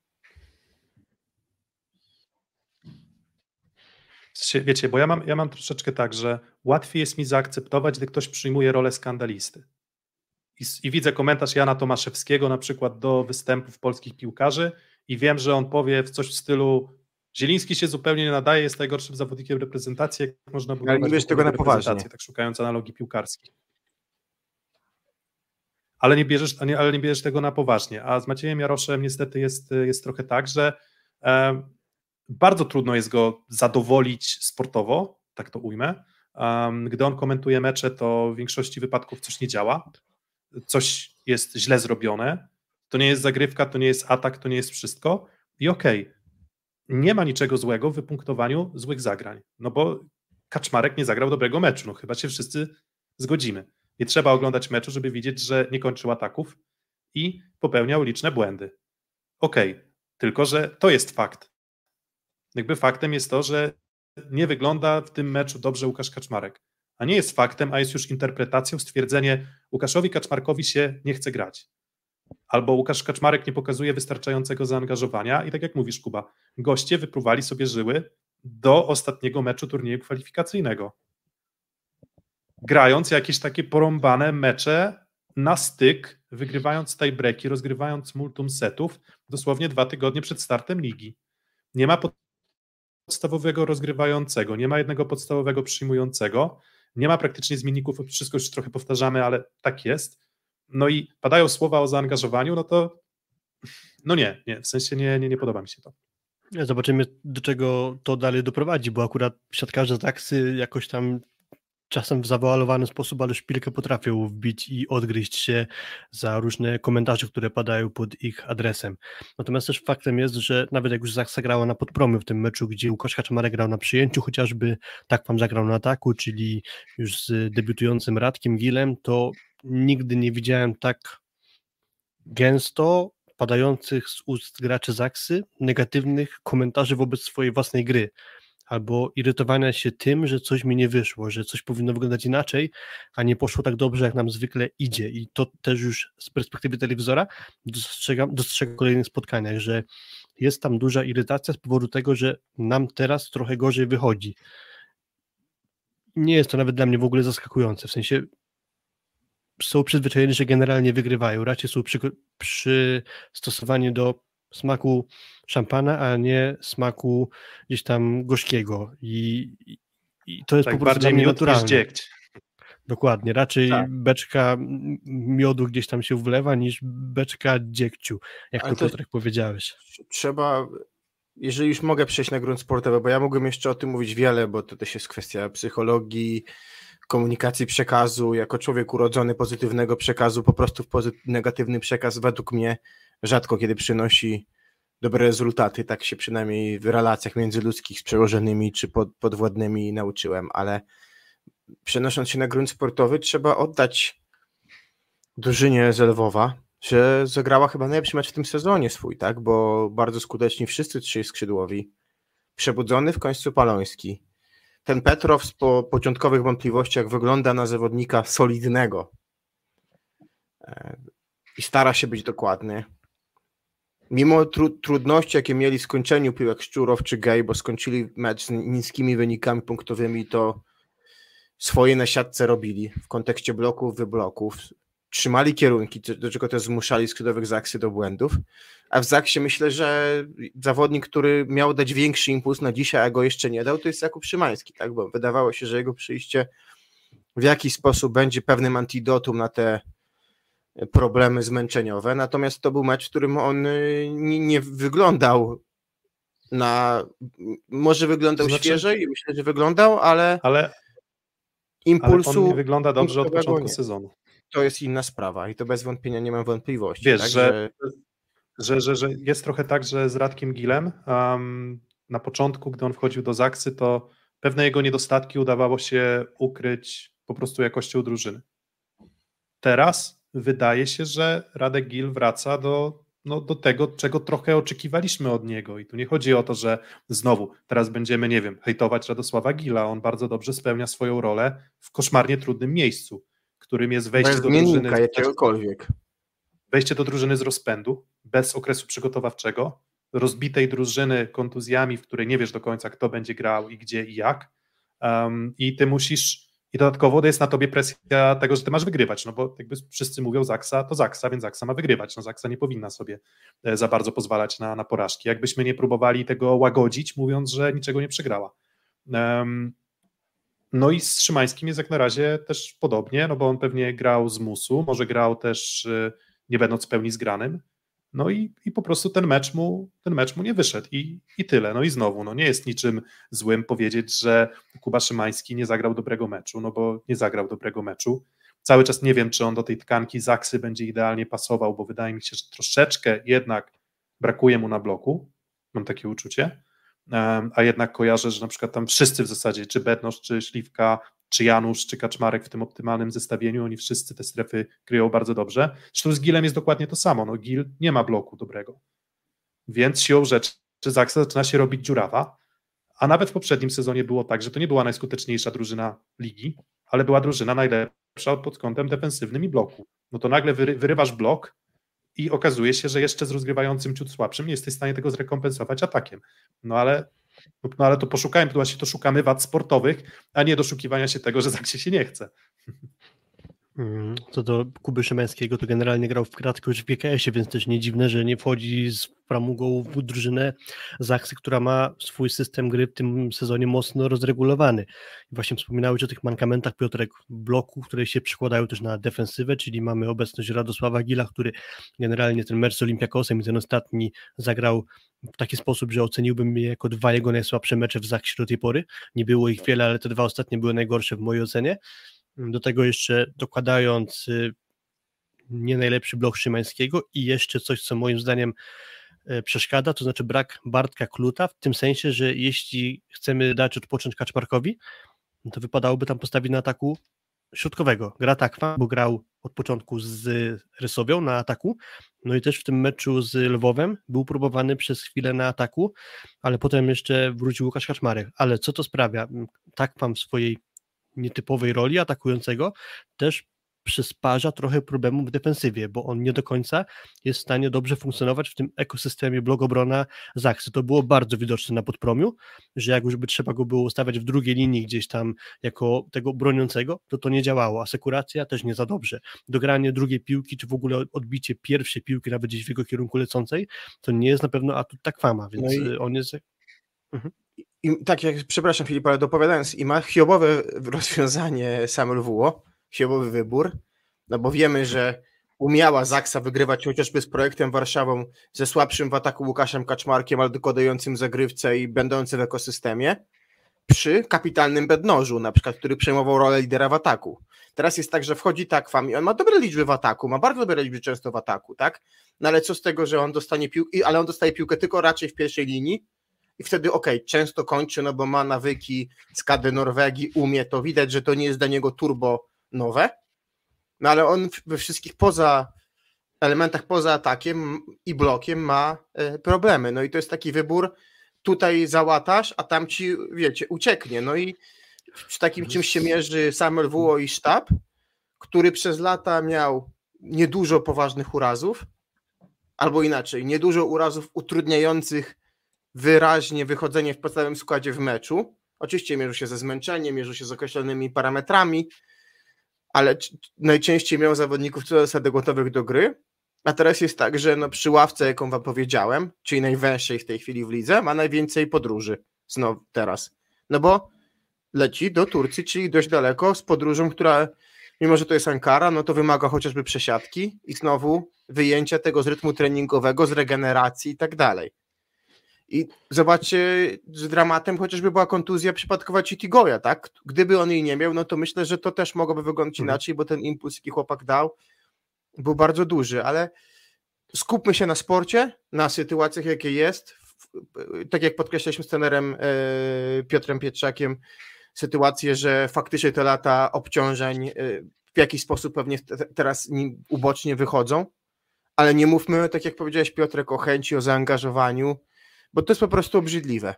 Speaker 3: Wiecie, bo ja mam troszeczkę tak, że łatwiej jest mi zaakceptować, gdy ktoś przyjmuje rolę skandalisty. I widzę komentarz Jana Tomaszewskiego na przykład do występów polskich piłkarzy i wiem, że on powie coś w stylu Zieliński się zupełnie nie nadaje, jest najgorszym zawodnikiem reprezentacji, jak można budować
Speaker 5: Ale nie bierz tego na poważnie.
Speaker 3: tak szukając analogii piłkarskich. Ale nie bierzesz tego na poważnie. A z Maciejem Jaroszem niestety jest trochę tak, że bardzo trudno jest go zadowolić sportowo, tak to ujmę. Gdy on komentuje mecze, to w większości wypadków coś nie działa, coś jest źle zrobione, to nie jest zagrywka, to nie jest atak, to nie jest wszystko i okej, nie ma niczego złego w wypunktowaniu złych zagrań, no bo Kaczmarek nie zagrał dobrego meczu, no chyba się wszyscy zgodzimy. Nie trzeba oglądać meczu, żeby widzieć, że nie kończył ataków i popełniał liczne błędy. Okej, tylko że to jest fakt. Jakby faktem jest to, że nie wygląda w tym meczu dobrze Łukasz Kaczmarek. A nie jest faktem, a jest już interpretacją stwierdzenie Łukaszowi Kaczmarkowi się nie chce grać. Albo Łukasz Kaczmarek nie pokazuje wystarczającego zaangażowania i tak jak mówisz, Kuba, goście wypruwali sobie żyły do ostatniego meczu turnieju kwalifikacyjnego. Grając jakieś takie porąbane mecze na styk, wygrywając tiebreaki, rozgrywając multum setów dosłownie 2 tygodnie przed startem ligi. Nie ma podstawowego rozgrywającego, nie ma jednego podstawowego przyjmującego, nie ma praktycznie zmienników, wszystko już trochę powtarzamy, ale tak jest. No i padają słowa o zaangażowaniu, no to no nie, w sensie nie podoba mi się to.
Speaker 4: Zobaczymy, do czego to dalej doprowadzi, bo akurat siatkarze Zaksy jakoś tam czasem w zawoalowany sposób, ale szpilkę potrafią wbić i odgryźć się za różne komentarze, które padają pod ich adresem. Natomiast też faktem jest, że nawet jak już Zaksa grała na podpromy w tym meczu, gdzie Łukasz Kaczmarek grał na przyjęciu, chociażby tak wam zagrał na ataku, czyli już z debiutującym Radkiem Gilem, to nigdy nie widziałem tak gęsto padających z ust graczy Zaksy negatywnych komentarzy wobec swojej własnej gry, albo irytowania się tym, że coś mi nie wyszło, że coś powinno wyglądać inaczej, a nie poszło tak dobrze, jak nam zwykle idzie. I to też już z perspektywy telewizora dostrzegam w kolejnych spotkaniach, że jest tam duża irytacja z powodu tego, że nam teraz trochę gorzej wychodzi. Nie jest to nawet dla mnie w ogóle zaskakujące, w sensie są przyzwyczajeni, że generalnie wygrywają, raczej są przystosowani do smaku szampana, a nie smaku gdzieś tam gorzkiego i to jest
Speaker 3: tak
Speaker 4: po prostu dla mnie naturalne.
Speaker 3: Dziegć.
Speaker 4: Dokładnie, raczej
Speaker 5: tak.
Speaker 4: Beczka miodu gdzieś tam się wlewa niż beczka dziegciu, jak to Piotrek powiedziałeś.
Speaker 5: Trzeba, jeżeli już mogę przejść na grunt sportowy, bo ja mógłbym jeszcze o tym mówić wiele, bo to też jest kwestia psychologii, komunikacji przekazu, jako człowiek urodzony pozytywnego przekazu, po prostu negatywny przekaz według mnie rzadko kiedy przynosi dobre rezultaty, tak się przynajmniej w relacjach międzyludzkich z przełożonymi czy podwładnymi nauczyłem, ale przenosząc się na grunt sportowy, trzeba oddać drużynie z Lwowa, że zagrała chyba najlepszy mecz w tym sezonie swój, tak, bo bardzo skuteczni wszyscy trzej skrzydłowi, przebudzony w końcu Paloński. Ten Petrow po początkowych wątpliwościach wygląda na zawodnika solidnego i stara się być dokładny. Mimo trudności, jakie mieli w skończeniu piłek Szczurow czy Gej, bo skończyli mecz z niskimi wynikami punktowymi, to swoje na siatce robili w kontekście bloków, wybloków. Trzymali kierunki, do czego też zmuszali skrzydłowych Zaksy do błędów. A w Zaksie myślę, że zawodnik, który miał dać większy impuls na dzisiaj, a go jeszcze nie dał, to jest Jakub Szymański, tak? Bo wydawało się, że jego przyjście w jakiś sposób będzie pewnym antidotum na te problemy zmęczeniowe, natomiast to był mecz, w którym on nie wyglądał może wyglądał świeżej, myślę, że wyglądał, ale impulsu...
Speaker 3: Ale on nie wygląda dobrze od początku sezonu.
Speaker 5: To jest inna sprawa i to bez wątpienia nie mam wątpliwości.
Speaker 3: Wiesz,
Speaker 5: tak,
Speaker 3: że jest trochę tak, że z Radkiem Gilem na początku, gdy on wchodził do Zaksy, to pewne jego niedostatki udawało się ukryć po prostu jakością drużyny. Teraz wydaje się, że Radek Gil wraca do tego, czego trochę oczekiwaliśmy od niego. I tu nie chodzi o to, że znowu teraz będziemy, nie wiem, hejtować Radosława Gila. On bardzo dobrze spełnia swoją rolę w koszmarnie trudnym miejscu, którym jest wejście do drużyny.
Speaker 5: Jakiegokolwiek.
Speaker 3: Wejście do drużyny z rozpędu, bez okresu przygotowawczego, rozbitej drużyny kontuzjami, w której nie wiesz do końca, kto będzie grał i gdzie i jak. I ty musisz. I dodatkowo jest na tobie presja tego, że ty masz wygrywać, no bo jakby wszyscy mówią Zaksa, to Zaksa, więc Zaksa ma wygrywać. No Zaksa nie powinna sobie za bardzo pozwalać na porażki. Jakbyśmy nie próbowali tego łagodzić, mówiąc, że niczego nie przegrała. No i z Szymańskim jest jak na razie też podobnie, no bo on pewnie grał z musu, może grał też nie będąc w pełni zgranym. No i po prostu ten mecz mu nie wyszedł i tyle. No i znowu, no nie jest niczym złym powiedzieć, że Kuba Szymański nie zagrał dobrego meczu, no bo nie zagrał dobrego meczu. Cały czas nie wiem, czy on do tej tkanki Zaksy będzie idealnie pasował, bo wydaje mi się, że troszeczkę jednak brakuje mu na bloku, mam takie uczucie, a jednak kojarzę, że na przykład tam wszyscy w zasadzie, czy Bednosz, czy Śliwka, czy Janusz, czy Kaczmarek w tym optymalnym zestawieniu, oni wszyscy te strefy kryją bardzo dobrze. Zresztą z Gilem jest dokładnie to samo, no Gil nie ma bloku dobrego, więc siłą rzeczy Zaksa zaczyna się robić dziurawa, a nawet w poprzednim sezonie było tak, że to nie była najskuteczniejsza drużyna ligi, ale była drużyna najlepsza pod kątem defensywnym i bloku. No to nagle wyrywasz blok i okazuje się, że jeszcze z rozgrywającym ciut słabszym nie jesteś w stanie tego zrekompensować atakiem. No ale to poszukajmy, to właśnie to szukamy wad sportowych, a nie doszukiwania się tego, że Zaksie się nie chce.
Speaker 4: Co do Kuby Szymańskiego, to generalnie grał w kratkę już w GKS-ie, więc też nie dziwne, że nie wchodzi z framugą w drużynę Zaksy, która ma swój system gry w tym sezonie mocno rozregulowany. I właśnie wspominałeś o tych mankamentach, Piotrek, bloku, które się przekładają też na defensywę, czyli mamy obecność Radosława Gila, który generalnie ten mecz z Olympiakosem i ten ostatni zagrał w taki sposób, że oceniłbym je jako 2 jego najsłabsze mecze w Zaksie do tej pory. Nie było ich wiele, ale te 2 ostatnie były najgorsze w mojej ocenie. Do tego jeszcze dokładając nie najlepszy blok Szymańskiego i jeszcze coś, co moim zdaniem przeszkadza, to znaczy brak Bartka Kluta, w tym sensie, że jeśli chcemy dać odpocząć Kaczmarkowi, to wypadałoby tam postawić na ataku środkowego. Gra Takwa, bo grał od początku z Rysowią na ataku, no i też w tym meczu z Lwowem był próbowany przez chwilę na ataku, ale potem jeszcze wrócił Łukasz Kaczmarek. Ale co to sprawia? Takwa w swojej nietypowej roli atakującego też przysparza trochę problemów w defensywie, bo on nie do końca jest w stanie dobrze funkcjonować w tym ekosystemie blok-obrona Zaksy. To było bardzo widoczne na Podpromiu, że jak już by trzeba go było ustawiać w drugiej linii gdzieś tam jako tego broniącego, to nie działało. Asekuracja też nie za dobrze. Dogranie drugiej piłki, czy w ogóle odbicie pierwszej piłki nawet gdzieś w jego kierunku lecącej, to nie jest na pewno atut Takwama, więc on jest...
Speaker 5: I tak jak, przepraszam Filip, ale dopowiadając, i ma hiobowe rozwiązanie Samuel Wuo, hiobowy wybór, no bo wiemy, że umiała Zaksa wygrywać chociażby z Projektem Warszawą ze słabszym w ataku Łukaszem Kaczmarkiem, ale dokładającym zagrywce i będący w ekosystemie, przy kapitalnym Bednożu, na przykład, który przejmował rolę lidera w ataku. Teraz jest tak, że wchodzi Takwa i on ma dobre liczby w ataku, ma bardzo dobre liczby często w ataku, tak? No ale co z tego, że on dostanie piłkę, ale on dostaje piłkę tylko raczej w pierwszej linii, i wtedy często kończy, no bo ma nawyki z KD Norwegii, umie to, widać, że to nie jest dla niego turbo nowe, no ale on we wszystkich elementach poza atakiem i blokiem ma problemy, no i to jest taki wybór, tutaj załatasz, a tam ci, wiecie, ucieknie, no i z takim czymś się mierzy Samuel Wuo i sztab, który przez lata miał niedużo poważnych urazów, albo inaczej, niedużo urazów utrudniających wyraźnie wychodzenie w podstawowym składzie w meczu. Oczywiście mierzył się ze zmęczeniem, mierzył się z określonymi parametrami, ale najczęściej miał zawodników co do zasady gotowych do gry, a teraz jest tak, że przy ławce, jaką wam powiedziałem, czyli najwęższej w tej chwili w lidze, ma najwięcej podróży znowu teraz, no bo leci do Turcji, czyli dość daleko, z podróżą, która mimo, że to jest Ankara, no to wymaga chociażby przesiadki i znowu wyjęcia tego z rytmu treningowego, z regeneracji i tak dalej. I zobaczcie, z dramatem chociażby była kontuzja przypadkowa Citigoya, tak? Gdyby on jej nie miał, no to myślę, że to też mogłoby wyglądać inaczej, bo ten impuls, jaki chłopak dał, był bardzo duży, ale skupmy się na sporcie, na sytuacjach, jakie jest. Tak jak podkreślaliśmy z trenerem Piotrem Pietrzakiem, sytuację, że faktycznie te lata obciążeń w jakiś sposób pewnie teraz ubocznie wychodzą, ale nie mówmy, tak jak powiedziałeś, Piotrek, o chęci, o zaangażowaniu, bo to jest po prostu obrzydliwe.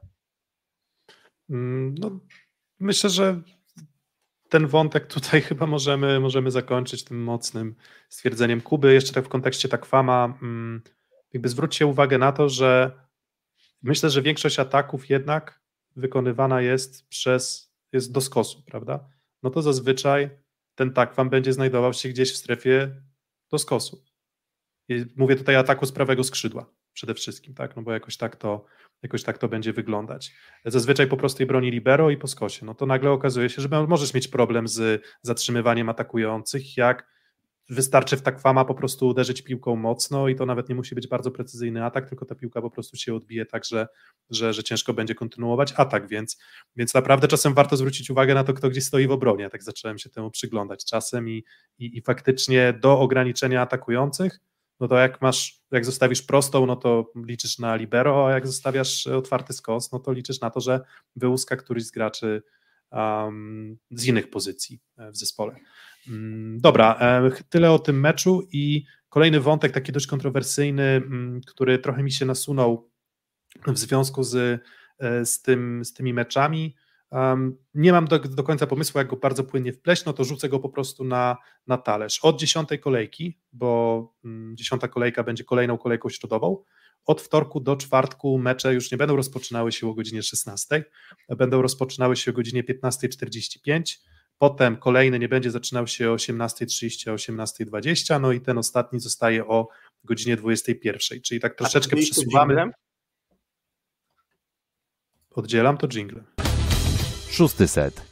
Speaker 3: No, myślę, że ten wątek tutaj chyba możemy zakończyć tym mocnym stwierdzeniem Kuby. Jeszcze tak w kontekście Takwama, jakby zwróćcie uwagę na to, że myślę, że większość ataków jednak wykonywana jest do skosu, prawda? No to zazwyczaj ten Takwam będzie znajdował się gdzieś w strefie do skosu. I mówię tutaj o ataku z prawego skrzydła przede wszystkim, tak? No bo jakoś tak to będzie wyglądać. Zazwyczaj po prostej broni libero i po skosie. No to nagle okazuje się, że możesz mieć problem z zatrzymywaniem atakujących, jak wystarczy w Takwama po prostu uderzyć piłką mocno i to nawet nie musi być bardzo precyzyjny atak, tylko ta piłka po prostu się odbije tak, że ciężko będzie kontynuować atak, więc naprawdę czasem warto zwrócić uwagę na to, kto gdzieś stoi w obronie. Tak zacząłem się temu przyglądać czasem i faktycznie do ograniczenia atakujących, no to jak zostawisz prostą, no to liczysz na libero, a jak zostawiasz otwarty skos, no to liczysz na to, że wyłuska któryś z graczy z innych pozycji w zespole. Dobra, tyle o tym meczu i kolejny wątek taki dość kontrowersyjny, który trochę mi się nasunął w związku z tymi meczami. Nie mam do końca pomysłu, jak go bardzo płynnie wpleść, no to rzucę go po prostu na talerz. Od 10. kolejki, bo 10. kolejka będzie kolejną kolejką środową, od wtorku do czwartku mecze już nie będą rozpoczynały się o godzinie 16, będą rozpoczynały się o godzinie 15:45, potem kolejny nie będzie zaczynał się o 18:30, a o 18:20, no i ten ostatni zostaje o godzinie 21, czyli tak troszeczkę przesuwamy. Oddzielam to dżingle.
Speaker 2: 6. set.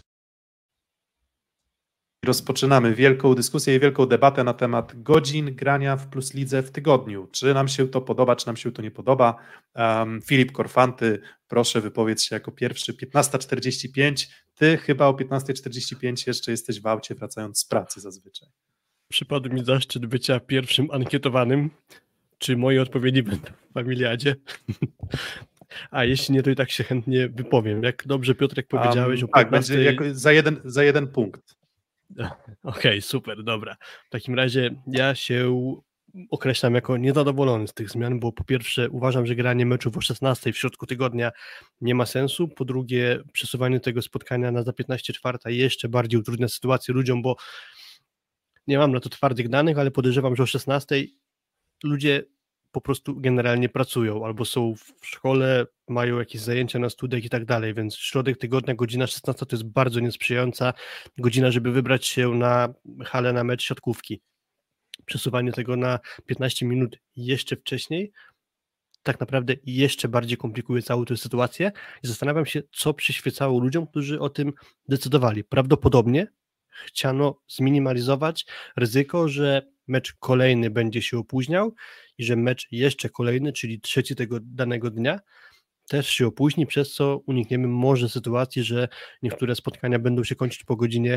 Speaker 3: Rozpoczynamy wielką dyskusję i wielką debatę na temat godzin grania w Plus Lidze w tygodniu. Czy nam się to podoba, czy nam się to nie podoba? Filip Korfanty, proszę wypowiedz się jako pierwszy. 15:45. Ty chyba o 15:45 jeszcze jesteś w aucie, wracając z pracy zazwyczaj.
Speaker 4: Przypadł mi zaszczyt bycia pierwszym ankietowanym. Czy moje odpowiedzi będą w familiadzie? A jeśli nie, to i tak się chętnie wypowiem. Jak dobrze, Piotrek, powiedziałeś o 15...
Speaker 3: Tak, będzie za jeden punkt.
Speaker 4: Okej, super, dobra. W takim razie ja się określam jako niezadowolony z tych zmian, bo po pierwsze uważam, że granie meczów o 16 w środku tygodnia nie ma sensu, po drugie przesuwanie tego spotkania na za 15:04 jeszcze bardziej utrudnia sytuację ludziom, bo nie mam na to twardych danych, ale podejrzewam, że o 16 ludzie po prostu generalnie pracują, albo są w szkole, mają jakieś zajęcia na studiach i tak dalej, więc środek tygodnia, godzina 16 to jest bardzo niesprzyjająca godzina, żeby wybrać się na halę na mecz siatkówki. Przesuwanie tego na 15 minut jeszcze wcześniej tak naprawdę jeszcze bardziej komplikuje całą tę sytuację i zastanawiam się, co przyświecało ludziom, którzy o tym decydowali. Prawdopodobnie chciano zminimalizować ryzyko, że mecz kolejny będzie się opóźniał i że mecz jeszcze kolejny, czyli trzeci tego danego dnia, też się opóźni, przez co unikniemy może sytuacji, że niektóre spotkania będą się kończyć po godzinie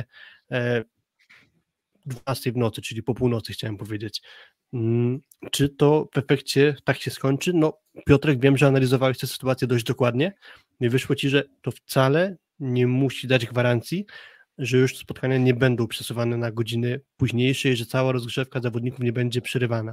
Speaker 4: 12 w nocy, czyli po północy, chciałem powiedzieć. Czy to w efekcie tak się skończy? No, Piotrek, wiem, że analizowałeś tę sytuację dość dokładnie i wyszło ci, że to wcale nie musi dać gwarancji, że już spotkania nie będą przesuwane na godziny późniejsze i że cała rozgrzewka zawodników nie będzie przerywana.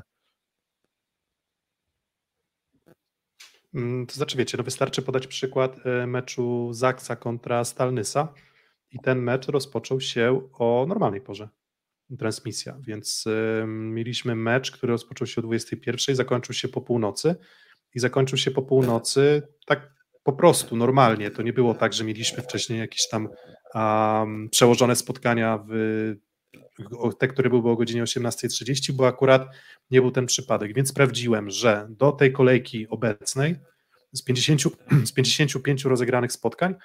Speaker 3: To znaczy, wiecie, no wystarczy podać przykład meczu Zaksa kontra Stalnysa i ten mecz rozpoczął się o normalnej porze, transmisja, więc mieliśmy mecz, który rozpoczął się o 21, zakończył się po północy i zakończył się po północy tak po prostu, normalnie. To nie było tak, że mieliśmy wcześniej jakieś tam przełożone spotkania te, które były o godzinie 18:30, bo akurat nie był ten przypadek, więc sprawdziłem, że do tej kolejki obecnej z 55 rozegranych spotkań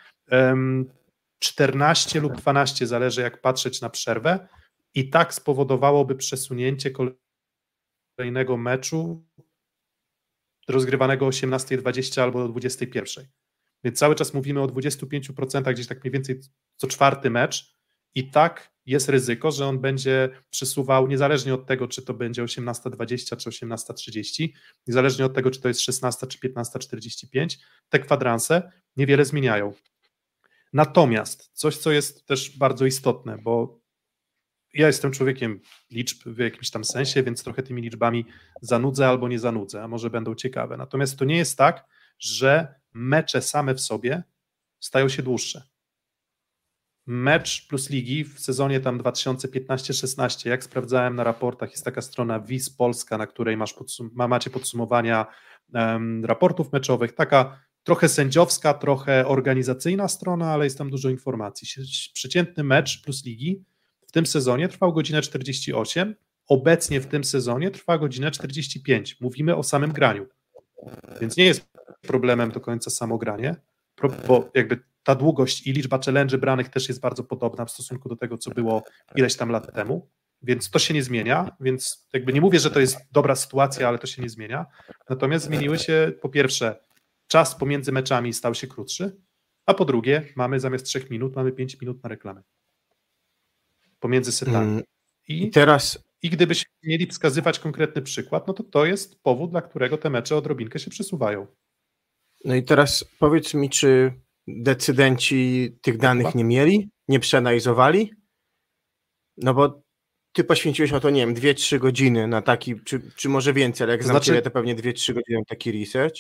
Speaker 3: 14 lub 12, zależy jak patrzeć na przerwę, i tak spowodowałoby przesunięcie kolejnego meczu rozgrywanego o 18:20 albo o 21. Więc cały czas mówimy o 25%, gdzieś tak mniej więcej co czwarty mecz, i tak jest ryzyko, że on będzie przesuwał, niezależnie od tego, czy to będzie 18:20 czy 18:30, niezależnie od tego, czy to jest 16 czy 15:45, te kwadranse niewiele zmieniają. Natomiast coś, co jest też bardzo istotne, bo ja jestem człowiekiem liczb w jakimś tam sensie, więc trochę tymi liczbami zanudzę albo nie zanudzę, a może będą ciekawe. Natomiast to nie jest tak, że mecze same w sobie stają się dłuższe. Mecz plus ligi w sezonie tam 2015-16, jak sprawdzałem na raportach, jest taka strona WIS Polska, na której macie podsumowania raportów meczowych, taka trochę sędziowska, trochę organizacyjna strona, ale jest tam dużo informacji. Przeciętny mecz plus ligi w tym sezonie trwał godzinę 48, obecnie w tym sezonie trwa godzinę 45. Mówimy o samym graniu, więc nie jest problemem do końca samo granie, bo jakby ta długość i liczba challenge branych też jest bardzo podobna w stosunku do tego, co było ileś tam lat temu, więc to się nie zmienia, więc jakby nie mówię, że to jest dobra sytuacja, ale to się nie zmienia. Natomiast zmieniły się, po pierwsze, czas pomiędzy meczami stał się krótszy, a po drugie, mamy zamiast 3 minut, mamy 5 minut na reklamę. Pomiędzy setami. I gdybyśmy mieli wskazywać konkretny przykład, no to jest powód, dla którego te mecze odrobinkę się przesuwają.
Speaker 5: No i teraz powiedz mi, czy decydenci tych danych nie mieli, nie przeanalizowali? No bo ty poświęciłeś o to, nie wiem, 2-3 godziny na taki, czy może więcej, ale jak znam ciebie, to pewnie 2-3 godziny na taki research.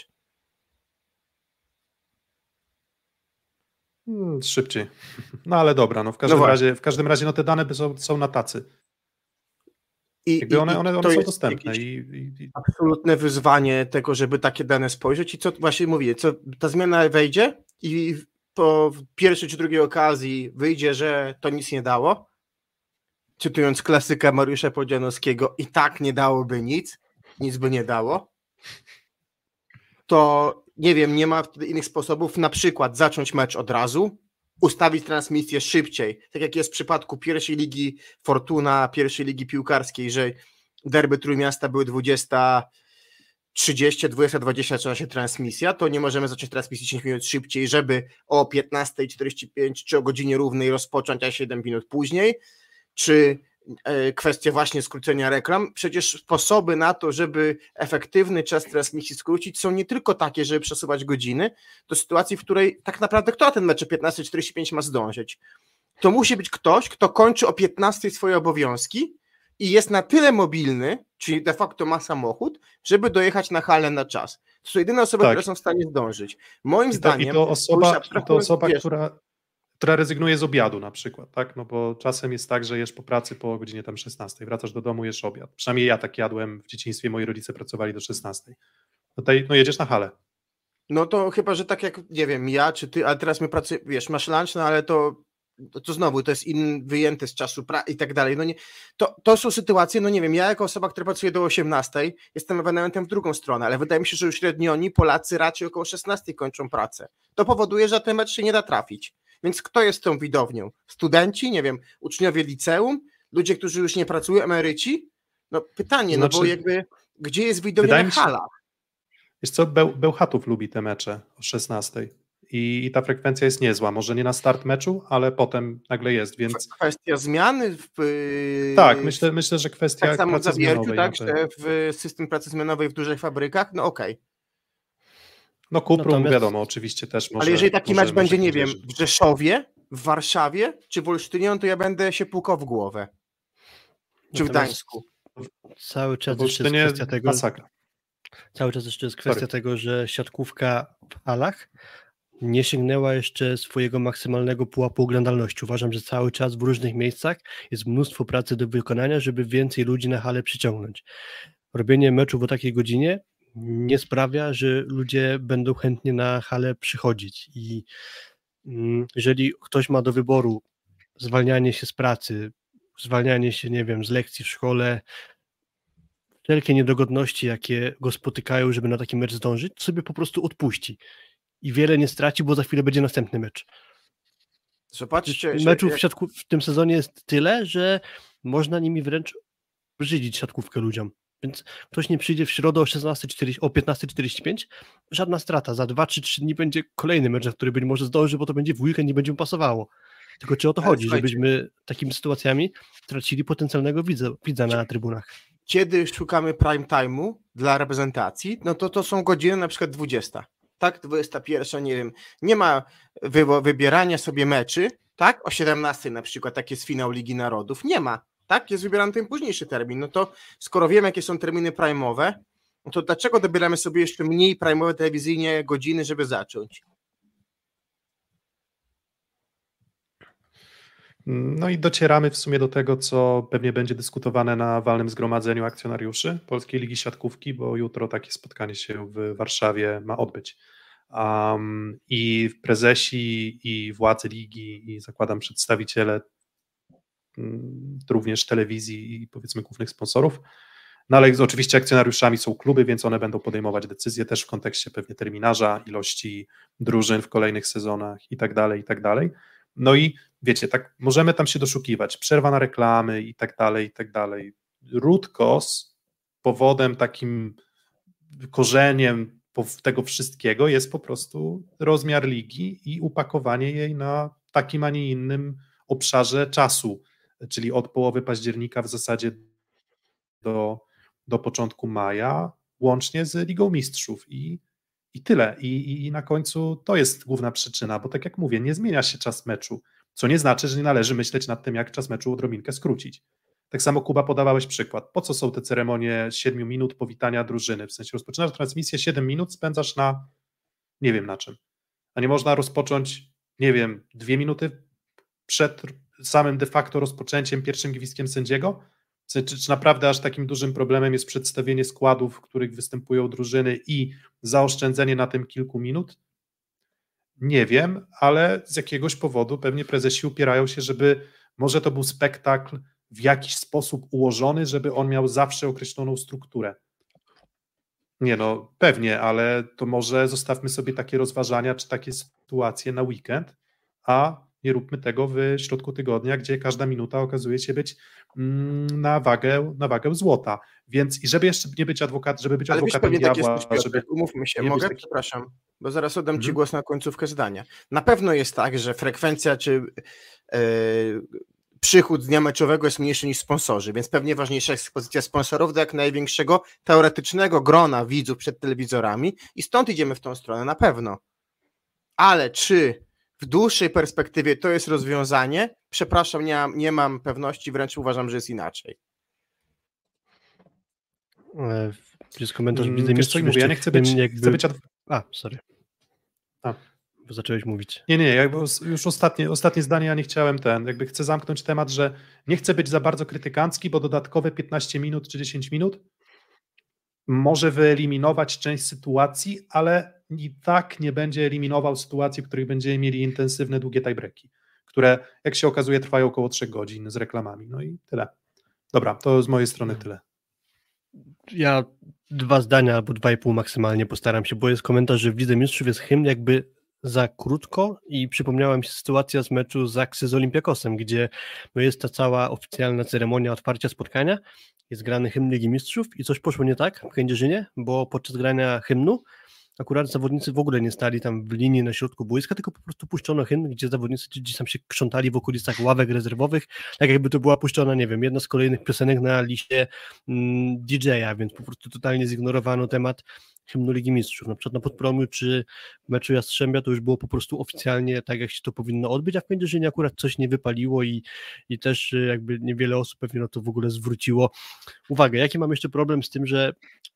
Speaker 3: Szybciej. No ale dobra, no w każdym razie no te dane są na tacy. One są dostępne.
Speaker 5: Absolutne wyzwanie tego, żeby takie dane spojrzeć i co właśnie mówię, co ta zmiana wejdzie i po pierwszej czy drugiej okazji wyjdzie, że to nic nie dało, cytując klasyka Mariusza Podzianowskiego, i tak nie dałoby nic by nie dało, to nie wiem, nie ma wtedy innych sposobów, na przykład zacząć mecz od razu, ustawić transmisję szybciej, tak jak jest w przypadku pierwszej ligi Fortuna, pierwszej ligi piłkarskiej, że derby Trójmiasta były 20:30, 20:20 zaczyna się transmisja, to nie możemy zacząć transmisji 10 minut szybciej, żeby o 15:45 czy o godzinie równej rozpocząć, a 7 minut później, czy kwestia właśnie skrócenia reklam. Przecież sposoby na to, żeby efektywny czas transmisji skrócić, są nie tylko takie, żeby przesuwać godziny do sytuacji, w której tak naprawdę kto na ten mecz o 15:45 ma zdążyć. To musi być ktoś, kto kończy o 15:00 swoje obowiązki i jest na tyle mobilny, czyli de facto ma samochód, żeby dojechać na halę na czas. To są jedyne osoby, które są w stanie zdążyć. Moim zdaniem...
Speaker 3: I to osoba, która rezygnuje z obiadu na przykład, tak? No bo czasem jest tak, że jesz po pracy po godzinie tam 16, wracasz do domu, jesz obiad. Przynajmniej ja tak jadłem w dzieciństwie, moi rodzice pracowali do 16. Tutaj, no jedziesz na halę.
Speaker 5: No to chyba, że tak jak, nie wiem, ja czy ty, ale teraz my pracujemy, wiesz, masz lunch, no ale to znowu, to jest wyjęte z czasu i tak dalej. No nie, to są sytuacje, no nie wiem, ja jako osoba, która pracuje do 18, jestem ewenementem w drugą stronę, ale wydaje mi się, że już średnio oni, Polacy, raczej około 16 kończą pracę. To powoduje, że na ten mecz się nie da trafić. Więc kto jest tą widownią? Studenci, nie wiem, uczniowie liceum, ludzie, którzy już nie pracują, emeryci? No pytanie, no bo jakby, gdzie jest widownia na halach?
Speaker 3: Wiesz co, Bełchatów lubi te mecze o 16 i ta frekwencja jest niezła, może nie na start meczu, ale potem nagle jest, więc...
Speaker 5: Kwestia zmiany?
Speaker 3: Tak, myślę, że kwestia
Speaker 5: tak samo
Speaker 3: pracy zmianowej.
Speaker 5: Tak, że w system pracy zmianowej w dużych fabrykach, no okej.
Speaker 3: No Kuprum, wiadomo, oczywiście też może...
Speaker 5: Ale jeżeli taki mecz będzie, nie wiem, w Rzeszowie, w Warszawie, czy w Olsztynie, to ja będę się pukał w głowę. Czy w Gdańsku.
Speaker 4: Cały czas jeszcze jest kwestia tego...
Speaker 3: Masakra.
Speaker 4: Cały czas jeszcze jest kwestia tego, że siatkówka w halach nie sięgnęła jeszcze swojego maksymalnego pułapu oglądalności. Uważam, że cały czas w różnych miejscach jest mnóstwo pracy do wykonania, żeby więcej ludzi na halę przyciągnąć. Robienie meczów o takiej godzinie nie sprawia, że ludzie będą chętnie na halę przychodzić i jeżeli ktoś ma do wyboru zwalnianie się z pracy, zwalnianie się, nie wiem, z lekcji w szkole, wszelkie niedogodności, jakie go spotykają, żeby na taki mecz zdążyć, to sobie po prostu odpuści i wiele nie straci, bo za chwilę będzie następny mecz.
Speaker 5: Zobaczcie,
Speaker 4: meczów w tym sezonie jest tyle, że można nimi wręcz brzydzić siatkówkę ludziom. Więc ktoś nie przyjdzie w środę o 15:45, żadna strata. Za 2 czy 3 dni będzie kolejny mecz, na który być może zdąży, bo to będzie w weekend i będzie mu pasowało. Tylko czy o to chodzi, żebyśmy takimi sytuacjami tracili potencjalnego widza na trybunach?
Speaker 5: Kiedy szukamy prime time'u dla reprezentacji, no to są godziny na przykład 20. Tak, 21, nie wiem, nie ma wybierania sobie meczy, tak, o 17 na przykład, tak jest finał Ligi Narodów, nie ma. tak? Jest wybierany ten późniejszy termin. No to skoro wiemy, jakie są terminy prime'owe, no to dlaczego dobieramy sobie jeszcze mniej prime'owe telewizyjnie godziny, żeby zacząć?
Speaker 3: No i docieramy w sumie do tego, co pewnie będzie dyskutowane na walnym zgromadzeniu akcjonariuszy Polskiej Ligi Siatkówki, bo jutro takie spotkanie się w Warszawie ma odbyć. I prezesi i władze ligi i zakładam przedstawiciele również telewizji i powiedzmy głównych sponsorów, no ale oczywiście akcjonariuszami są kluby, więc one będą podejmować decyzje też w kontekście pewnie terminarza, ilości drużyn w kolejnych sezonach i tak dalej, i tak dalej. No i wiecie, tak możemy tam się doszukiwać, przerwa na reklamy i tak dalej, i tak dalej. Root cause, powodem takim korzeniem tego wszystkiego jest po prostu rozmiar ligi i upakowanie jej na takim, a nie innym obszarze czasu, czyli od połowy października w zasadzie do początku maja, łącznie z Ligą Mistrzów i tyle. I na końcu to jest główna przyczyna, bo tak jak mówię, nie zmienia się czas meczu, co nie znaczy, że nie należy myśleć nad tym, jak czas meczu odrobinkę skrócić. Tak samo, Kuba, podawałeś przykład. Po co są te ceremonie 7 minut powitania drużyny? W sensie rozpoczynasz transmisję, 7 minut spędzasz na nie wiem na czym. A nie można rozpocząć, nie wiem, 2 minuty przed samym de facto rozpoczęciem, pierwszym gwizdkiem sędziego? Czy naprawdę aż takim dużym problemem jest przedstawienie składów, w których występują drużyny i zaoszczędzenie na tym kilku minut? Nie wiem, ale z jakiegoś powodu pewnie prezesi upierają się, żeby może to był spektakl w jakiś sposób ułożony, żeby on miał zawsze określoną strukturę. Nie no, pewnie, ale to może zostawmy sobie takie rozważania, czy takie sytuacje na weekend, a nie róbmy tego w środku tygodnia, gdzie każda minuta okazuje się być na wagę złota. Więc i żeby jeszcze nie być adwokatem diabła, żeby...
Speaker 5: Umówmy się, mogę? Przepraszam, bo zaraz oddam Ci głos na końcówkę zdania. Na pewno jest tak, że frekwencja czy przychód z dnia meczowego jest mniejszy niż sponsorzy, więc pewnie ważniejsza jest pozycja sponsorów do jak największego teoretycznego grona widzów przed telewizorami i stąd idziemy w tą stronę, na pewno. Ale czy w dłuższej perspektywie to jest rozwiązanie? Przepraszam, nie mam pewności, wręcz uważam, że jest inaczej.
Speaker 4: Jest komentarz,
Speaker 3: wiesz co mówię, ja nie chcę być...
Speaker 4: Sorry. Bo zacząłeś mówić.
Speaker 3: Nie, już ostatnie zdanie, ja nie chciałem chcę zamknąć temat, że nie chcę być za bardzo krytykancki, bo dodatkowe 15 minut czy 10 minut może wyeliminować część sytuacji, ale i tak nie będzie eliminował sytuacji, w których będziemy mieli intensywne, długie tiebreaki, które, jak się okazuje, trwają około 3 godzin z reklamami. No i tyle. Dobra, to z mojej strony tyle.
Speaker 4: Ja 2 zdania albo 2,5 maksymalnie postaram się, bo jest komentarz, że w Lidze Mistrzów jest hymn jakby za krótko i przypomniała mi się sytuacja z meczu Zaksy z Olympiakosem, gdzie jest ta cała oficjalna ceremonia otwarcia spotkania, jest grany hymn Ligi Mistrzów i coś poszło nie tak w Kędzierzynie, bo podczas grania hymnu akurat zawodnicy w ogóle nie stali tam w linii na środku boiska, tylko po prostu puszczono hymn, gdzie zawodnicy gdzieś tam się krzątali w okolicach ławek rezerwowych, tak jakby to była puszczona, nie wiem, jedna z kolejnych piosenek na liście DJ-a, więc po prostu totalnie zignorowano temat hymnu Ligi Mistrzów. Na przykład na Podpromiu czy meczu Jastrzębia to już było po prostu oficjalnie tak, jak się to powinno odbyć, a w Kędzierzynie akurat coś nie wypaliło i też jakby niewiele osób pewnie na to w ogóle zwróciło uwagę. Jaki mam jeszcze problem z tym, że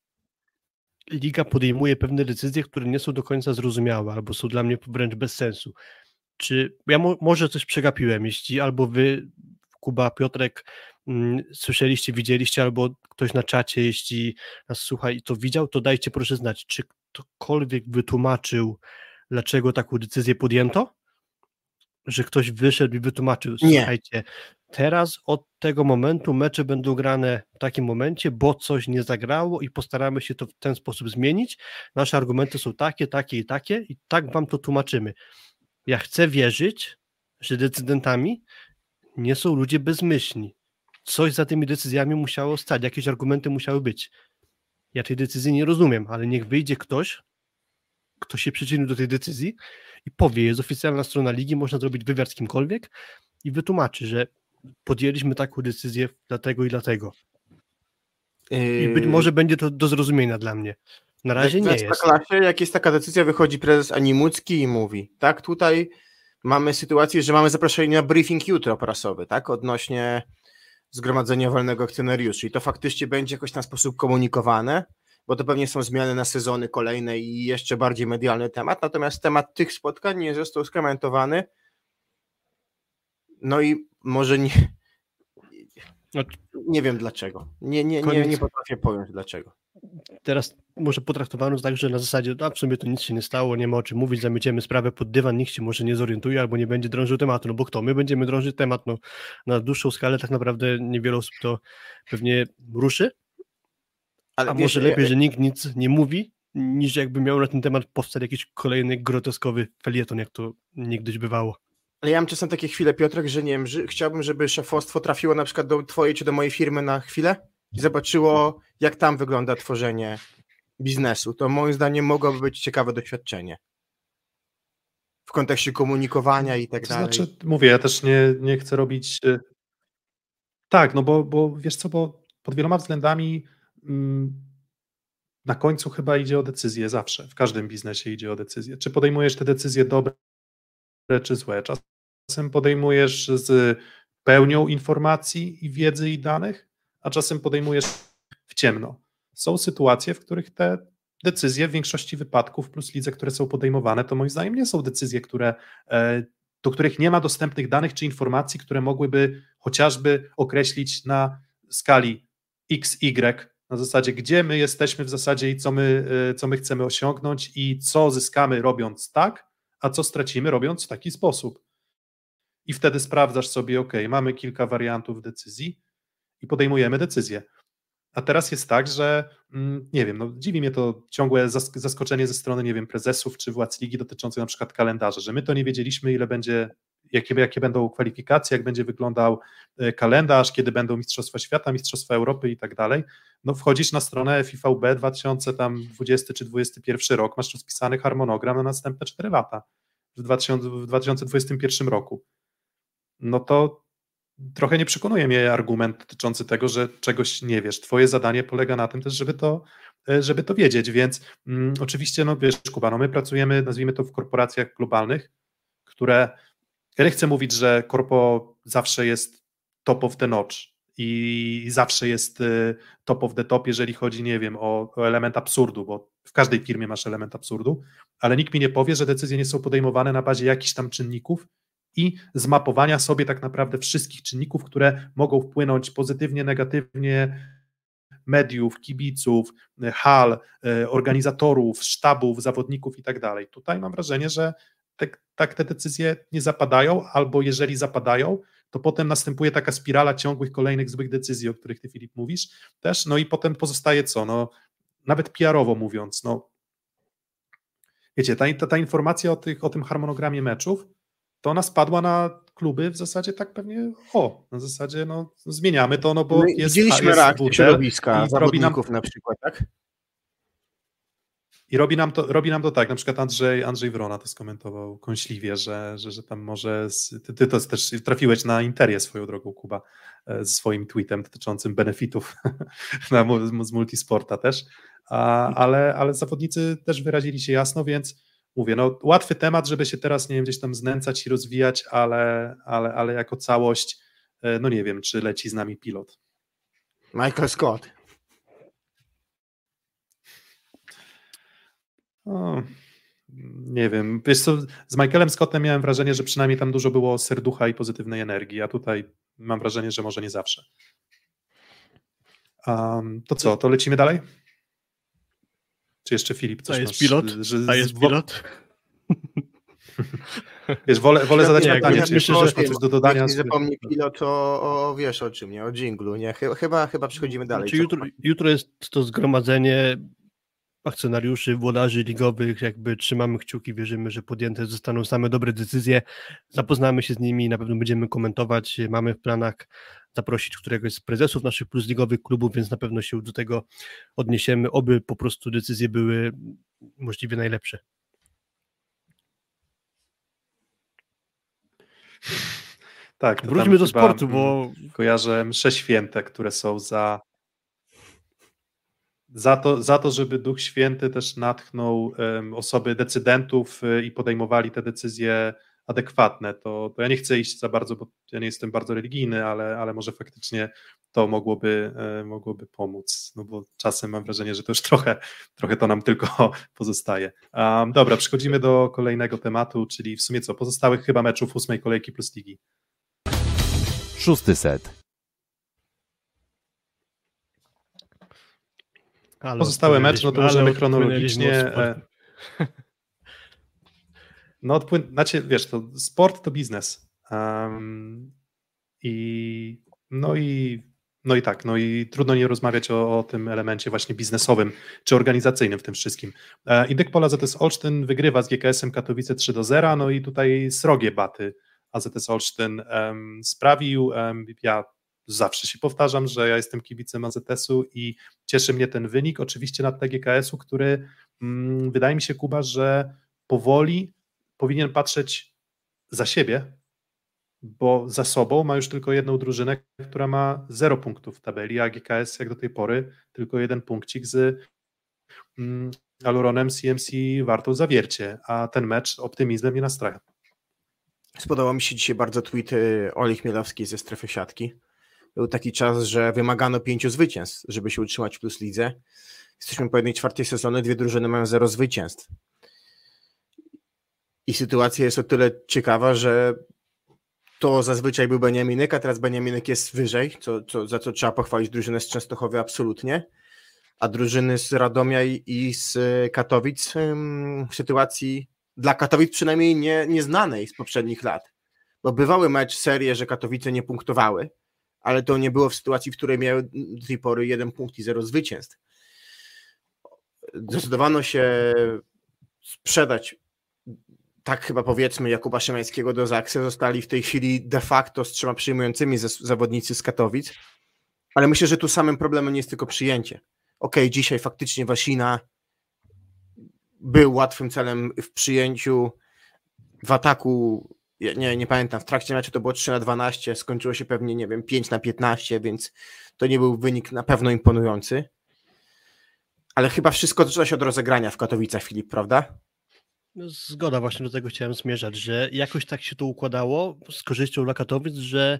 Speaker 4: Liga podejmuje pewne decyzje, które nie są do końca zrozumiałe, albo są dla mnie wręcz bez sensu. Czy ja może coś przegapiłem, jeśli albo wy, Kuba, Piotrek, słyszeliście, widzieliście, albo ktoś na czacie, jeśli nas słucha i to widział, to dajcie proszę znać, czy ktokolwiek wytłumaczył, dlaczego taką decyzję podjęto? Że ktoś wyszedł i wytłumaczył, słuchajcie, teraz od tego momentu mecze będą grane w takim momencie, bo coś nie zagrało i postaramy się to w ten sposób zmienić. Nasze argumenty są takie, takie i takie i tak wam to tłumaczymy. Ja chcę wierzyć, że decydentami nie są ludzie bezmyślni. Coś za tymi decyzjami musiało stać, jakieś argumenty musiały być. Ja tej decyzji nie rozumiem, ale niech wyjdzie ktoś, kto się przyczynił do tej decyzji i powie, jest oficjalna strona ligi, można zrobić wywiad z kimkolwiek i wytłumaczy, że podjęliśmy taką decyzję dlatego i dlatego. I być może będzie to do zrozumienia dla mnie. Na razie nie jest.
Speaker 5: W klasie, jak jest taka decyzja, wychodzi prezes Animucki i mówi, tak, tutaj mamy sytuację, że mamy zaproszenie na briefing jutro prasowy, tak, odnośnie Zgromadzenia Walnego Akcjonariuszy i to faktycznie będzie jakoś w ten sposób komunikowane, bo to pewnie są zmiany na sezony kolejne i jeszcze bardziej medialny temat, natomiast temat tych spotkań nie został skomentowany. No i może nie wiem dlaczego. Nie potrafię pojąć dlaczego.
Speaker 4: Teraz może potraktowano tak, że na zasadzie w sumie to nic się nie stało, nie ma o czym mówić, zamyciemy sprawę pod dywan, nikt się może nie zorientuje albo nie będzie drążył tematu, no bo kto? My będziemy drążyć temat, no na dłuższą skalę tak naprawdę niewiele osób to pewnie ruszy, ale a może lepiej, że nikt nic nie mówi, niż jakby miał na ten temat powstać jakiś kolejny groteskowy felieton, jak to niegdyś bywało.
Speaker 5: Ale ja mam czasem takie chwile, Piotrek, że nie wiem, chciałbym, żeby szefostwo trafiło na przykład do twojej czy do mojej firmy na chwilę i zobaczyło, jak tam wygląda tworzenie biznesu. To moim zdaniem mogłoby być ciekawe doświadczenie. W kontekście komunikowania i tak dalej.
Speaker 3: Znaczy, mówię, ja też nie chcę robić... Tak, no bo wiesz co, bo pod wieloma względami na końcu chyba idzie o decyzję zawsze. W każdym biznesie idzie o decyzję. Czy podejmujesz te decyzje dobre, czy złe? Czasem podejmujesz z pełnią informacji i wiedzy i danych, a czasem podejmujesz w ciemno. Są sytuacje, w których te decyzje w większości wypadków plus lidze, które są podejmowane, to moim zdaniem nie są decyzje, do których nie ma dostępnych danych czy informacji, które mogłyby chociażby określić na skali X, Y, na zasadzie, gdzie my jesteśmy w zasadzie i co my chcemy osiągnąć i co zyskamy robiąc tak, a co stracimy robiąc w taki sposób. I wtedy sprawdzasz sobie, ok, mamy kilka wariantów decyzji i podejmujemy decyzję. A teraz jest tak, że nie wiem, no dziwi mnie to ciągłe zaskoczenie ze strony, nie wiem, prezesów czy władz ligi dotyczące na przykład kalendarza, że my to nie wiedzieliśmy, ile będzie, jakie będą kwalifikacje, jak będzie wyglądał kalendarz, kiedy będą Mistrzostwa Świata, Mistrzostwa Europy i tak dalej. No wchodzisz na stronę FIVB 2020 czy 2021 rok, masz rozpisany harmonogram na następne 4 lata w 2021 roku. No to trochę nie przekonuje mnie argument dotyczący tego, że czegoś nie wiesz. Twoje zadanie polega na tym też, żeby to wiedzieć, więc oczywiście, no wiesz, Kuba, no my pracujemy, nazwijmy to w korporacjach globalnych, które, ja nie chcę mówić, że korpo zawsze jest top of the notch i zawsze jest top of the top, jeżeli chodzi, nie wiem, o element absurdu, bo w każdej firmie masz element absurdu, ale nikt mi nie powie, że decyzje nie są podejmowane na bazie jakichś tam czynników i zmapowania sobie tak naprawdę wszystkich czynników, które mogą wpłynąć pozytywnie, negatywnie, mediów, kibiców, hal, organizatorów, sztabów, zawodników i tak dalej. Tutaj mam wrażenie, że tak te decyzje nie zapadają, albo jeżeli zapadają, to potem następuje taka spirala ciągłych kolejnych złych decyzji, o których ty, Filip, mówisz też, no i potem pozostaje co? No, nawet PR-owo mówiąc, no wiecie, ta informacja o tym harmonogramie meczów, to ona spadła na kluby w zasadzie tak pewnie, na zasadzie no zmieniamy to, no bo
Speaker 5: no
Speaker 3: jest
Speaker 5: widzieliśmy reakcję środowiska, zawodników na przykład, tak?
Speaker 3: I robi nam to tak, na przykład Andrzej Wrona to skomentował kąśliwie, że tam może, ty to też trafiłeś na Interię swoją drogą, Kuba, ze swoim tweetem dotyczącym benefitów z Multisporta też, ale zawodnicy też wyrazili się jasno, więc mówię, no łatwy temat, żeby się teraz, nie wiem, gdzieś tam znęcać i rozwijać, ale jako całość, no nie wiem, czy leci z nami pilot.
Speaker 5: Michael Scott.
Speaker 3: Nie wiem, wiesz co, z Michaelem Scottem miałem wrażenie, że przynajmniej tam dużo było serducha i pozytywnej energii, a tutaj mam wrażenie, że może nie zawsze. To co, to lecimy dalej? Czy jeszcze Filip coś
Speaker 4: jest pilot? Jest pilot?
Speaker 3: Wiesz, wolę zadać pytanie, czy jeszcze coś do dodania.
Speaker 5: Nie zapomnij pilot wiesz o czym, nie? O dżinglu, nie? Chyba przechodzimy dalej.
Speaker 4: Jutro jest to zgromadzenie akcjonariuszy, włodarzy ligowych, jakby trzymamy kciuki, wierzymy, że podjęte zostaną same dobre decyzje, zapoznamy się z nimi, na pewno będziemy komentować, mamy w planach zaprosić któregoś z prezesów naszych plus ligowych klubów, więc na pewno się do tego odniesiemy, oby po prostu decyzje były możliwie najlepsze.
Speaker 3: Tak.
Speaker 4: Wróćmy do sportu, bo
Speaker 3: kojarzę msze święte, które są za to, żeby Duch Święty też natchnął osoby decydentów i podejmowali te decyzje adekwatne, to ja nie chcę iść za bardzo, bo ja nie jestem bardzo religijny, ale może faktycznie to mogłoby pomóc, no bo czasem mam wrażenie, że to już trochę to nam tylko pozostaje. Dobra, przechodzimy do kolejnego tematu, czyli w sumie pozostałych chyba meczów 8. kolejki plus ligi.
Speaker 2: 6. set.
Speaker 3: Pozostałe mecze, no to możemy chronologicznie. No, znaczy, wiesz, to sport to biznes. No i trudno nie rozmawiać o tym elemencie właśnie biznesowym czy organizacyjnym w tym wszystkim. Indyk Pol AZS Olsztyn wygrywa z GKS-em Katowice 3-0, no i tutaj srogie baty AZS Olsztyn sprawił. Ja zawsze się powtarzam, że ja jestem kibicem AZS-u i cieszy mnie ten wynik, oczywiście nad GKS-u, który wydaje mi się, Kuba, że powoli powinien patrzeć za siebie, bo za sobą ma już tylko jedną drużynę, która ma 0 punktów w tabeli, a GKS jak do tej pory tylko 1 punkcik z Aluronem CMC Wartą Zawiercie, a ten mecz optymizmem nie nastraja.
Speaker 5: Spodobał mi się dzisiaj bardzo tweet Oli Chmielowskiej ze Strefy Siatki. Był taki czas, że wymagano 5 zwycięstw, żeby się utrzymać w Plus Lidze. Jesteśmy po 1/4 sezonu, 2 drużyny mają 0 zwycięstw. I sytuacja jest o tyle ciekawa, że to zazwyczaj był Beniaminek, a teraz Beniaminek jest wyżej, za co trzeba pochwalić drużynę z Częstochowy absolutnie, a drużyny z Radomia i z Katowic w sytuacji dla Katowic przynajmniej nieznanej z poprzednich lat, bo bywały serie, że Katowice nie punktowały, ale to nie było w sytuacji, w której miały do tej pory 1 punkt i 0 zwycięstw. Zdecydowano się sprzedać, tak chyba powiedzmy, Jakuba Szymańskiego do Zaksy. Zostali w tej chwili de facto z 3 przyjmującymi zawodnicy z Katowic, ale myślę, że tu samym problemem nie jest tylko przyjęcie. Okej, dzisiaj faktycznie Wasina był łatwym celem w przyjęciu, w ataku, nie pamiętam, w trakcie meczu to było 3-12, skończyło się pewnie, nie wiem, 5-15, więc to nie był wynik na pewno imponujący. Ale chyba wszystko zaczyna się od rozegrania w Katowicach, Filip, prawda?
Speaker 4: No, zgoda, właśnie do tego chciałem zmierzać, że jakoś tak się to układało z korzyścią dla Katowic, że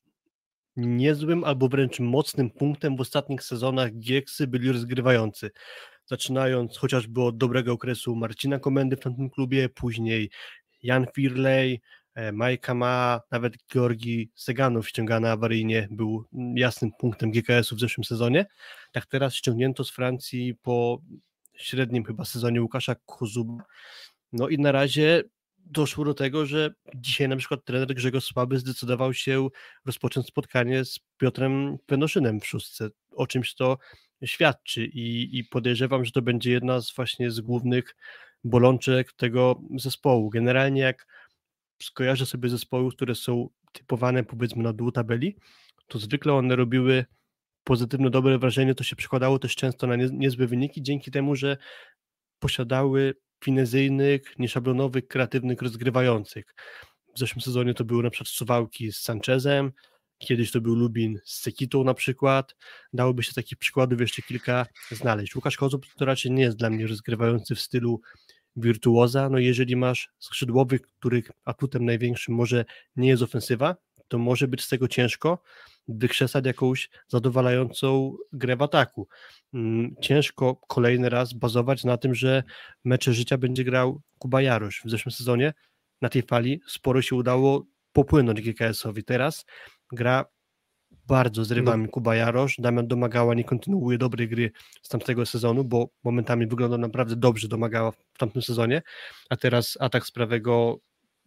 Speaker 4: niezłym albo wręcz mocnym punktem w ostatnich sezonach Gieksy byli rozgrywający. Zaczynając chociażby od dobrego okresu Marcina Komendy w tamtym klubie, później Jan Firley, Majka Ma, nawet Georgi Seganow ściągany awaryjnie był jasnym punktem GKS-u w zeszłym sezonie. Tak teraz ściągnięto z Francji po średnim chyba sezonie Łukasza Kozuba. No i na razie doszło do tego, że dzisiaj na przykład trener Grzegorz Słaby zdecydował się rozpocząć spotkanie z Piotrem Penoszynem w szóstce. O czymś to świadczy i podejrzewam, że to będzie jedna z głównych bolączek tego zespołu. Generalnie jak skojarzę sobie zespoły, które są typowane powiedzmy na dół tabeli, to zwykle one robiły pozytywne, dobre wrażenie, to się przekładało też często na niezłe wyniki, dzięki temu, że posiadały finezyjnych, nieszablonowych, kreatywnych rozgrywających. W zeszłym sezonie to były na przykład Suwałki z Sanchezem, kiedyś to był Lubin z Sekitą na przykład. Dałoby się takich przykładów jeszcze kilka znaleźć. Łukasz Kozub to raczej nie jest dla mnie rozgrywający w stylu wirtuoza. No jeżeli masz skrzydłowych, których atutem największym może nie jest ofensywa, to może być z tego ciężko wykrzesać jakąś zadowalającą grę w ataku. Ciężko kolejny raz bazować na tym, że mecze życia będzie grał Kuba Jarosz. W zeszłym sezonie na tej fali sporo się udało popłynąć GKS-owi. Teraz gra bardzo z rywami Kuba Jarosz. Damian Domagała nie kontynuuje dobrej gry z tamtego sezonu, bo momentami wygląda naprawdę dobrze Domagała w tamtym sezonie, a teraz atak z prawego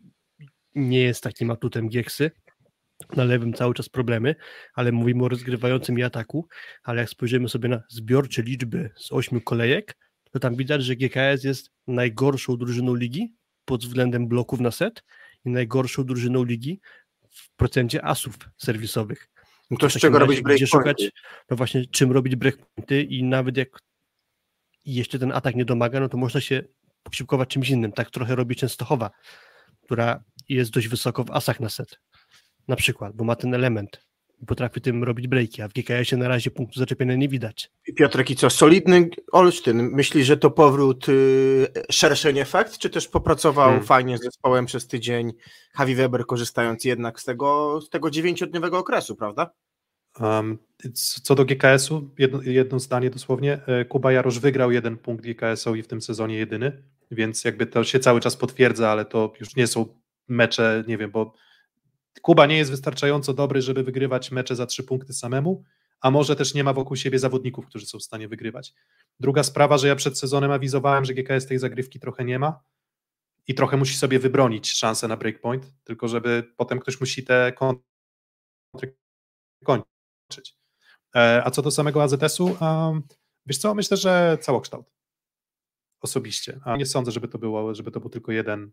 Speaker 4: nie jest takim atutem Gieksy. Na lewym cały czas problemy, ale mówimy o rozgrywającym i ataku, ale jak spojrzymy sobie na zbiorcze liczby z 8 kolejek, to tam widać, że GKS jest najgorszą drużyną ligi pod względem bloków na set i najgorszą drużyną ligi w procencie asów serwisowych.
Speaker 5: No to z czego robić breakpointy?
Speaker 4: No właśnie, czym robić breakpointy i nawet jak jeszcze ten atak nie domaga, no to można się posiłkować czymś innym. Tak trochę robi Częstochowa, która jest dość wysoko w asach na set. Na przykład, bo ma ten element potrafi tym robić breaki, a w GKS-ie na razie punktu zaczepienia nie widać.
Speaker 5: Piotrek, i co, solidny Olsztyn? Myślisz, że to powrót szerszeń efekt, czy też popracował fajnie z zespołem przez tydzień Javi Weber, korzystając jednak z tego 9-dniowego okresu, prawda?
Speaker 3: Co do GKS-u, jedno zdanie dosłownie. Kuba Jarosz wygrał 1 punkt GKS-owi w tym sezonie jedyny, więc jakby to się cały czas potwierdza, ale to już nie są mecze, nie wiem, bo Kuba nie jest wystarczająco dobry, żeby wygrywać mecze za 3 punkty samemu, a może też nie ma wokół siebie zawodników, którzy są w stanie wygrywać. Druga sprawa, że ja przed sezonem awizowałem, że GKS tej zagrywki trochę nie ma i trochę musi sobie wybronić szansę na breakpoint, tylko żeby potem ktoś musi te kontry kończyć. A co do samego AZS-u, wiesz co, myślę, że całokształt. Osobiście. A nie sądzę, żeby to był tylko jeden.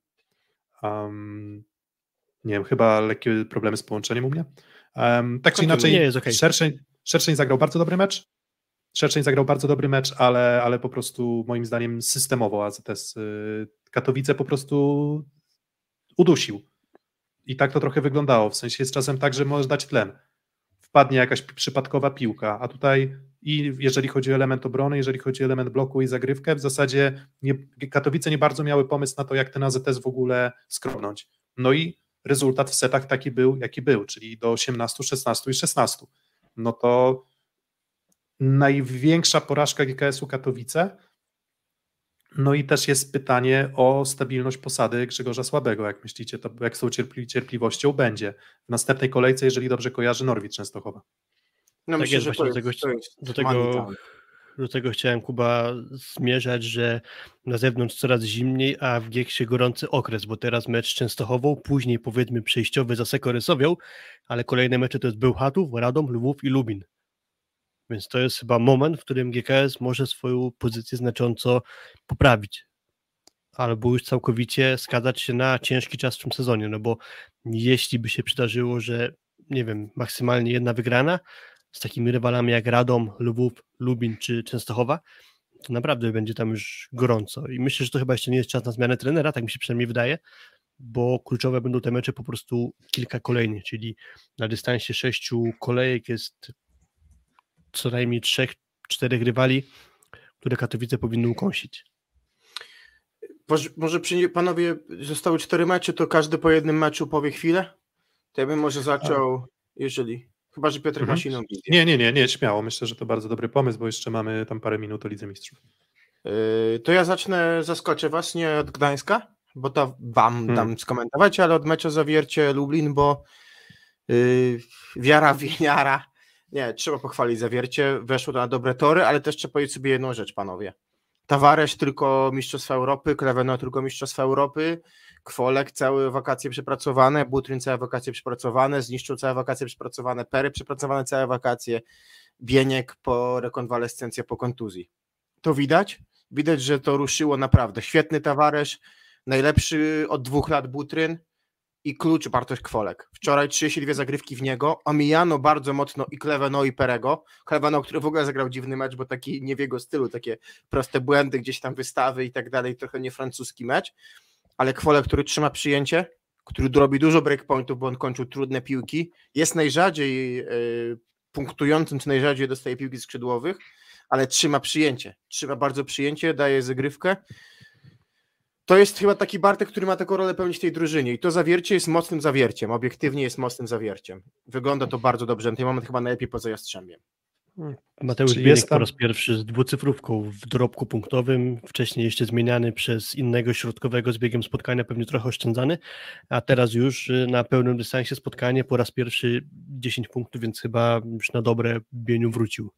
Speaker 3: Nie wiem, chyba lekkie problemy z połączeniem u mnie. Tak czy inaczej,
Speaker 4: nie jest okay.
Speaker 3: Szerszeń zagrał bardzo dobry mecz. Ale po prostu moim zdaniem systemowo AZS Katowice po prostu udusił. I tak to trochę wyglądało. W sensie jest czasem tak, że możesz dać tlen. Wpadnie jakaś przypadkowa piłka, a tutaj i jeżeli chodzi o element obrony, jeżeli chodzi o element bloku i zagrywkę, w zasadzie Katowice nie bardzo miały pomysł na to, jak ten AZS w ogóle skromnąć. No i rezultat w setach taki był, jaki był, czyli do 18, 16 i 16. No to największa porażka GKS-u Katowice. No i też jest pytanie o stabilność posady Grzegorza Słabego. Jak myślicie, to jak z tą cierpliwością będzie w następnej kolejce, jeżeli dobrze kojarzy Norwid Częstochowa?
Speaker 5: No
Speaker 4: tak
Speaker 5: myślę,
Speaker 4: jest,
Speaker 5: że
Speaker 4: do tego chciałem, Kuba, zmierzać, że na zewnątrz coraz zimniej, a w Gieksie gorący okres, bo teraz mecz z Częstochową, później powiedzmy przejściowy za Sekorysowią, ale kolejne mecze to jest Bełchatów, Radom, Lwów i Lubin. Więc to jest chyba moment, w którym GKS może swoją pozycję znacząco poprawić. Albo już całkowicie skazać się na ciężki czas w tym sezonie, no bo jeśli by się przydarzyło, że nie wiem, maksymalnie jedna wygrana z takimi rywalami jak Radom, Lwów, Lubin czy Częstochowa, to naprawdę będzie tam już gorąco. I myślę, że to chyba jeszcze nie jest czas na zmianę trenera, tak mi się przynajmniej wydaje, bo kluczowe będą te mecze po prostu kilka kolejnych, czyli na dystansie 6 kolejek jest co najmniej 3-4 rywali, które Katowice powinny ukąsić.
Speaker 5: Może panowie, zostały 4 mecze, to każdy po jednym meczu powie chwilę? To ja bym może zaczął, jeżeli... Chyba, że Piotrek ma inną wizję.
Speaker 3: Nie, śmiało. Myślę, że to bardzo dobry pomysł, bo jeszcze mamy tam parę minut o Lidze Mistrzów.
Speaker 5: To ja zaskoczę was, nie od Gdańska, bo to wam dam skomentować, ale od meczu Zawiercie Lublin, bo wiara, nie, trzeba pochwalić Zawiercie, weszło to na dobre tory, ale też trzeba powiedzieć sobie jedną rzecz, panowie. Tavares tylko Mistrzostwa Europy, Kleveno tylko Mistrzostwa Europy, Kwolek całe wakacje przepracowane, Butryn całe wakacje przepracowane, Zniszczył całe wakacje przepracowane, Pery przepracowane całe wakacje, Bieniek po rekonwalescencji, po kontuzji. To widać, że to ruszyło naprawdę. Świetny Tavares, najlepszy od 2 lat Butryn i klucz Bartosz Kwolek. Wczoraj 32 zagrywki w niego, omijano bardzo mocno i Kleveno i Perego. Kleveno, który w ogóle zagrał dziwny mecz, bo taki nie w jego stylu, takie proste błędy, gdzieś tam wystawy i tak dalej, trochę nie francuski mecz, ale Kwolek, który trzyma przyjęcie, który robi dużo breakpointów, bo on kończył trudne piłki, jest najrzadziej punktującym, czy najrzadziej dostaje piłki skrzydłowych, ale trzyma bardzo przyjęcie, daje zagrywkę. To jest chyba taki Bartek, który ma taką rolę pełnić w tej drużynie i to Zawiercie jest mocnym Zawierciem, obiektywnie jest mocnym Zawierciem. Wygląda to bardzo dobrze, na ten moment chyba najlepiej poza Jastrzębiem.
Speaker 4: Mateusz Bieniek po raz pierwszy z dwucyfrówką w dorobku punktowym, wcześniej jeszcze zmieniany przez innego środkowego z biegiem spotkania, pewnie trochę oszczędzany, a teraz już na pełnym dystansie spotkanie po raz pierwszy 10 punktów, więc chyba już na dobre Bieniu wrócił.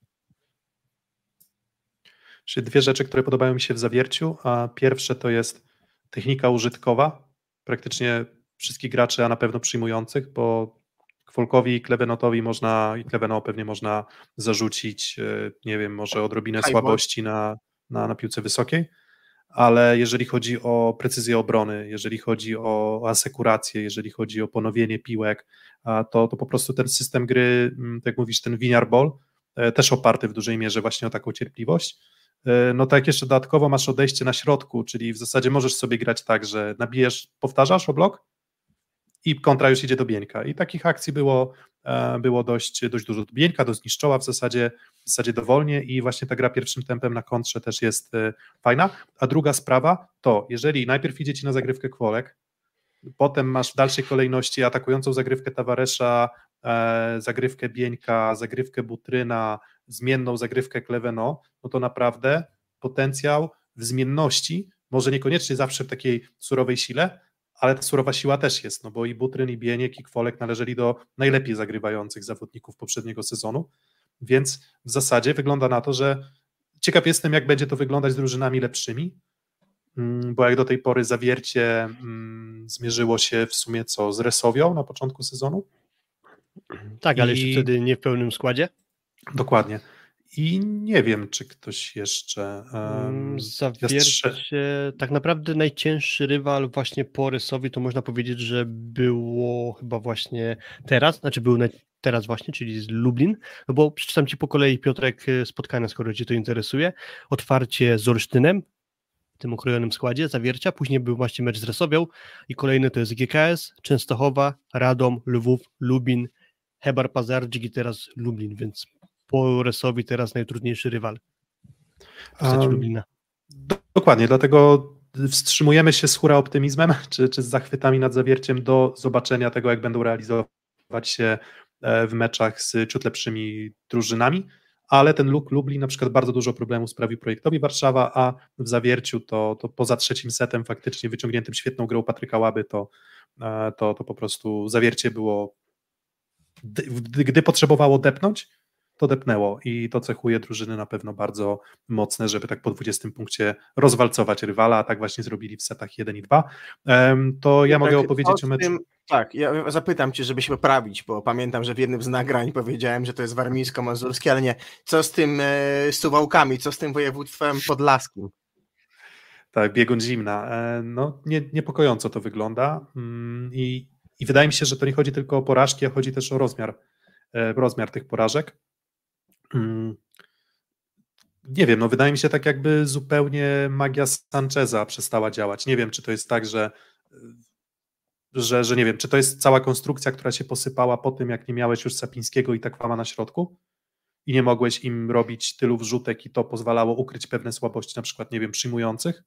Speaker 3: Czyli 2 rzeczy, które podobają mi się w Zawierciu, a pierwsze to jest technika użytkowa, praktycznie wszystkich graczy, a na pewno przyjmujących, bo Kwolkowi i Klevenotowi i Kleveno pewnie można zarzucić, nie wiem, może odrobinę słabości na piłce wysokiej, ale jeżeli chodzi o precyzję obrony, jeżeli chodzi o asekurację, jeżeli chodzi o ponowienie piłek, to po prostu ten system gry, tak jak mówisz, ten winiar ball, też oparty w dużej mierze właśnie o taką cierpliwość. No tak, jeszcze dodatkowo masz odejście na środku, czyli w zasadzie możesz sobie grać tak, że nabijesz, powtarzasz o blok i kontra już idzie do Bieńka. I takich akcji było dość dużo. Bieńka zniszczała w zasadzie dowolnie i właśnie ta gra pierwszym tempem na kontrze też jest fajna. A druga sprawa to, jeżeli najpierw idzie ci na zagrywkę Kwolek, potem masz w dalszej kolejności atakującą zagrywkę Tavaresza, zagrywkę Bieńka, zagrywkę Butryna, zmienną zagrywkę Kleveno, no to naprawdę potencjał w zmienności, może niekoniecznie zawsze w takiej surowej sile, ale ta surowa siła też jest, no bo i Butryn, i Bieniek, i Kwolek należeli do najlepiej zagrywających zawodników poprzedniego sezonu, więc w zasadzie wygląda na to, że ciekaw jestem, jak będzie to wyglądać z drużynami lepszymi, bo jak do tej pory Zawiercie zmierzyło się w sumie z Resowią na początku sezonu.
Speaker 4: Tak, ale jeszcze wtedy nie w pełnym składzie.
Speaker 3: Dokładnie. I nie wiem, czy ktoś jeszcze...
Speaker 4: Zawiercie, tak naprawdę najcięższy rywal właśnie po Resowi, to można powiedzieć, że było chyba właśnie teraz, teraz właśnie, czyli z Lublin, no bo przeczytam Ci po kolei, Piotrek, spotkania, skoro Cię to interesuje. Otwarcie z Olsztynem, w tym okrojonym składzie Zawiercia, później był właśnie mecz z Resowią i kolejny to jest GKS, Częstochowa, Radom, Lwów, Lubin, Hebar Pazardzik i teraz Lublin, więc po Resowi teraz najtrudniejszy rywal w postaci Lublina.
Speaker 3: Dokładnie, dlatego wstrzymujemy się z hura optymizmem, czy z zachwytami nad Zawierciem do zobaczenia tego, jak będą realizować się w meczach z ciut lepszymi drużynami, ale ten Lublin na przykład bardzo dużo problemów sprawił Projektowi Warszawa, a w Zawierciu to poza trzecim setem faktycznie wyciągniętym świetną grą Patryka Łaby, to po prostu Zawiercie było, gdy potrzebowało depnąć, to depnęło i to cechuje drużyny na pewno bardzo mocne, żeby tak po 20 punkcie rozwalcować rywala, a tak właśnie zrobili w setach 1 i 2. To ja mogę opowiedzieć o meczu.
Speaker 5: Tak, ja zapytam Cię, żeby się poprawić, bo pamiętam, że w jednym z nagrań powiedziałem, że to jest warmińsko-mazurskie, ale nie. Co z tym Suwałkami, co z tym województwem podlaskim?
Speaker 3: Tak, biegun zimna. No, niepokojąco to wygląda i wydaje mi się, że to nie chodzi tylko o porażki, a chodzi też o rozmiar tych porażek. Nie wiem, no wydaje mi się tak, jakby zupełnie magia Sancheza przestała działać. Nie wiem, czy to jest tak, że nie wiem, czy to jest cała konstrukcja, która się posypała po tym, jak nie miałeś już Sapińskiego i Takwama na środku i nie mogłeś im robić tylu wrzutek i to pozwalało ukryć pewne słabości, na przykład, nie wiem, przyjmujących,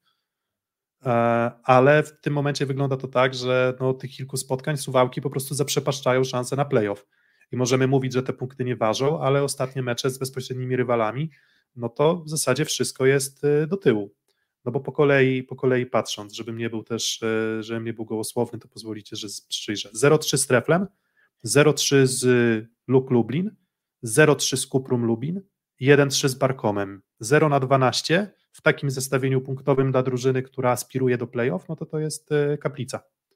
Speaker 3: ale w tym momencie wygląda to tak, że no, tych kilku spotkań Suwałki po prostu zaprzepaszczają szansę na playoff. I możemy mówić, że te punkty nie ważą, ale ostatnie mecze z bezpośrednimi rywalami, no to w zasadzie wszystko jest do tyłu. No bo po kolei patrząc, żebym nie był gołosłowny, to pozwolicie, że przyjrzę. 0-3 z Treflem, 0-3 z Luk Lublin, 0-3 z Kuprum Lubin, 1-3 z Barkomem, 0-12 w takim zestawieniu punktowym dla drużyny, która aspiruje do playoff, no to jest kaplica.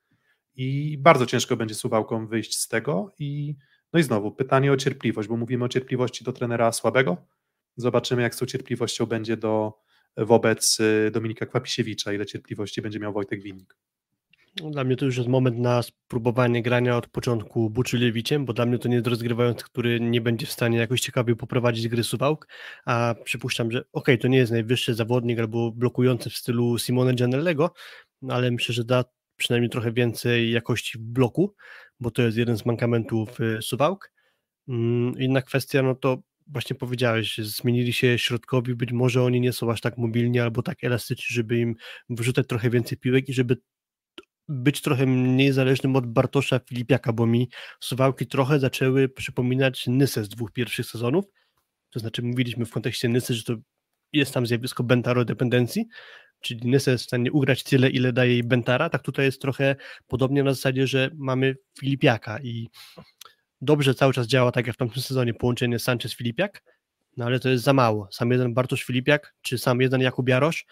Speaker 3: I bardzo ciężko będzie Suwałkom wyjść z tego no i znowu pytanie o cierpliwość, bo mówimy o cierpliwości do trenera słabego. Zobaczymy, jak z tą cierpliwością będzie wobec Dominika Kwapisiewicza, ile cierpliwości będzie miał Wojtek Winnik.
Speaker 4: Dla mnie to już jest moment na spróbowanie grania od początku Buczylewiciem, bo dla mnie to nie jest rozgrywający, który nie będzie w stanie jakoś ciekawie poprowadzić gry Suwałk, a przypuszczam, że to nie jest najwyższy zawodnik albo blokujący w stylu Simone Gianellego, ale myślę, że da przynajmniej trochę więcej jakości w bloku, bo to jest jeden z mankamentów Suwałk. Inna kwestia, no to właśnie powiedziałeś, zmienili się środkowi, być może oni nie są aż tak mobilni albo tak elastyczni, żeby im wrzucać trochę więcej piłek i żeby być trochę mniej zależnym od Bartosza Filipiaka, bo mi Suwałki trochę zaczęły przypominać Nysę z 2 pierwszych sezonów, to znaczy mówiliśmy w kontekście Nysy, że to jest tam zjawisko Bentaro dependencji, czyli Nysa jest w stanie ugrać tyle, ile daje jej Bentara, tak tutaj jest trochę podobnie na zasadzie, że mamy Filipiaka i dobrze cały czas działa, tak jak w tamtym sezonie, połączenie Sanchez-Filipiak, no ale to jest za mało. Sam jeden Bartosz Filipiak, czy sam jeden Jakub Jarosz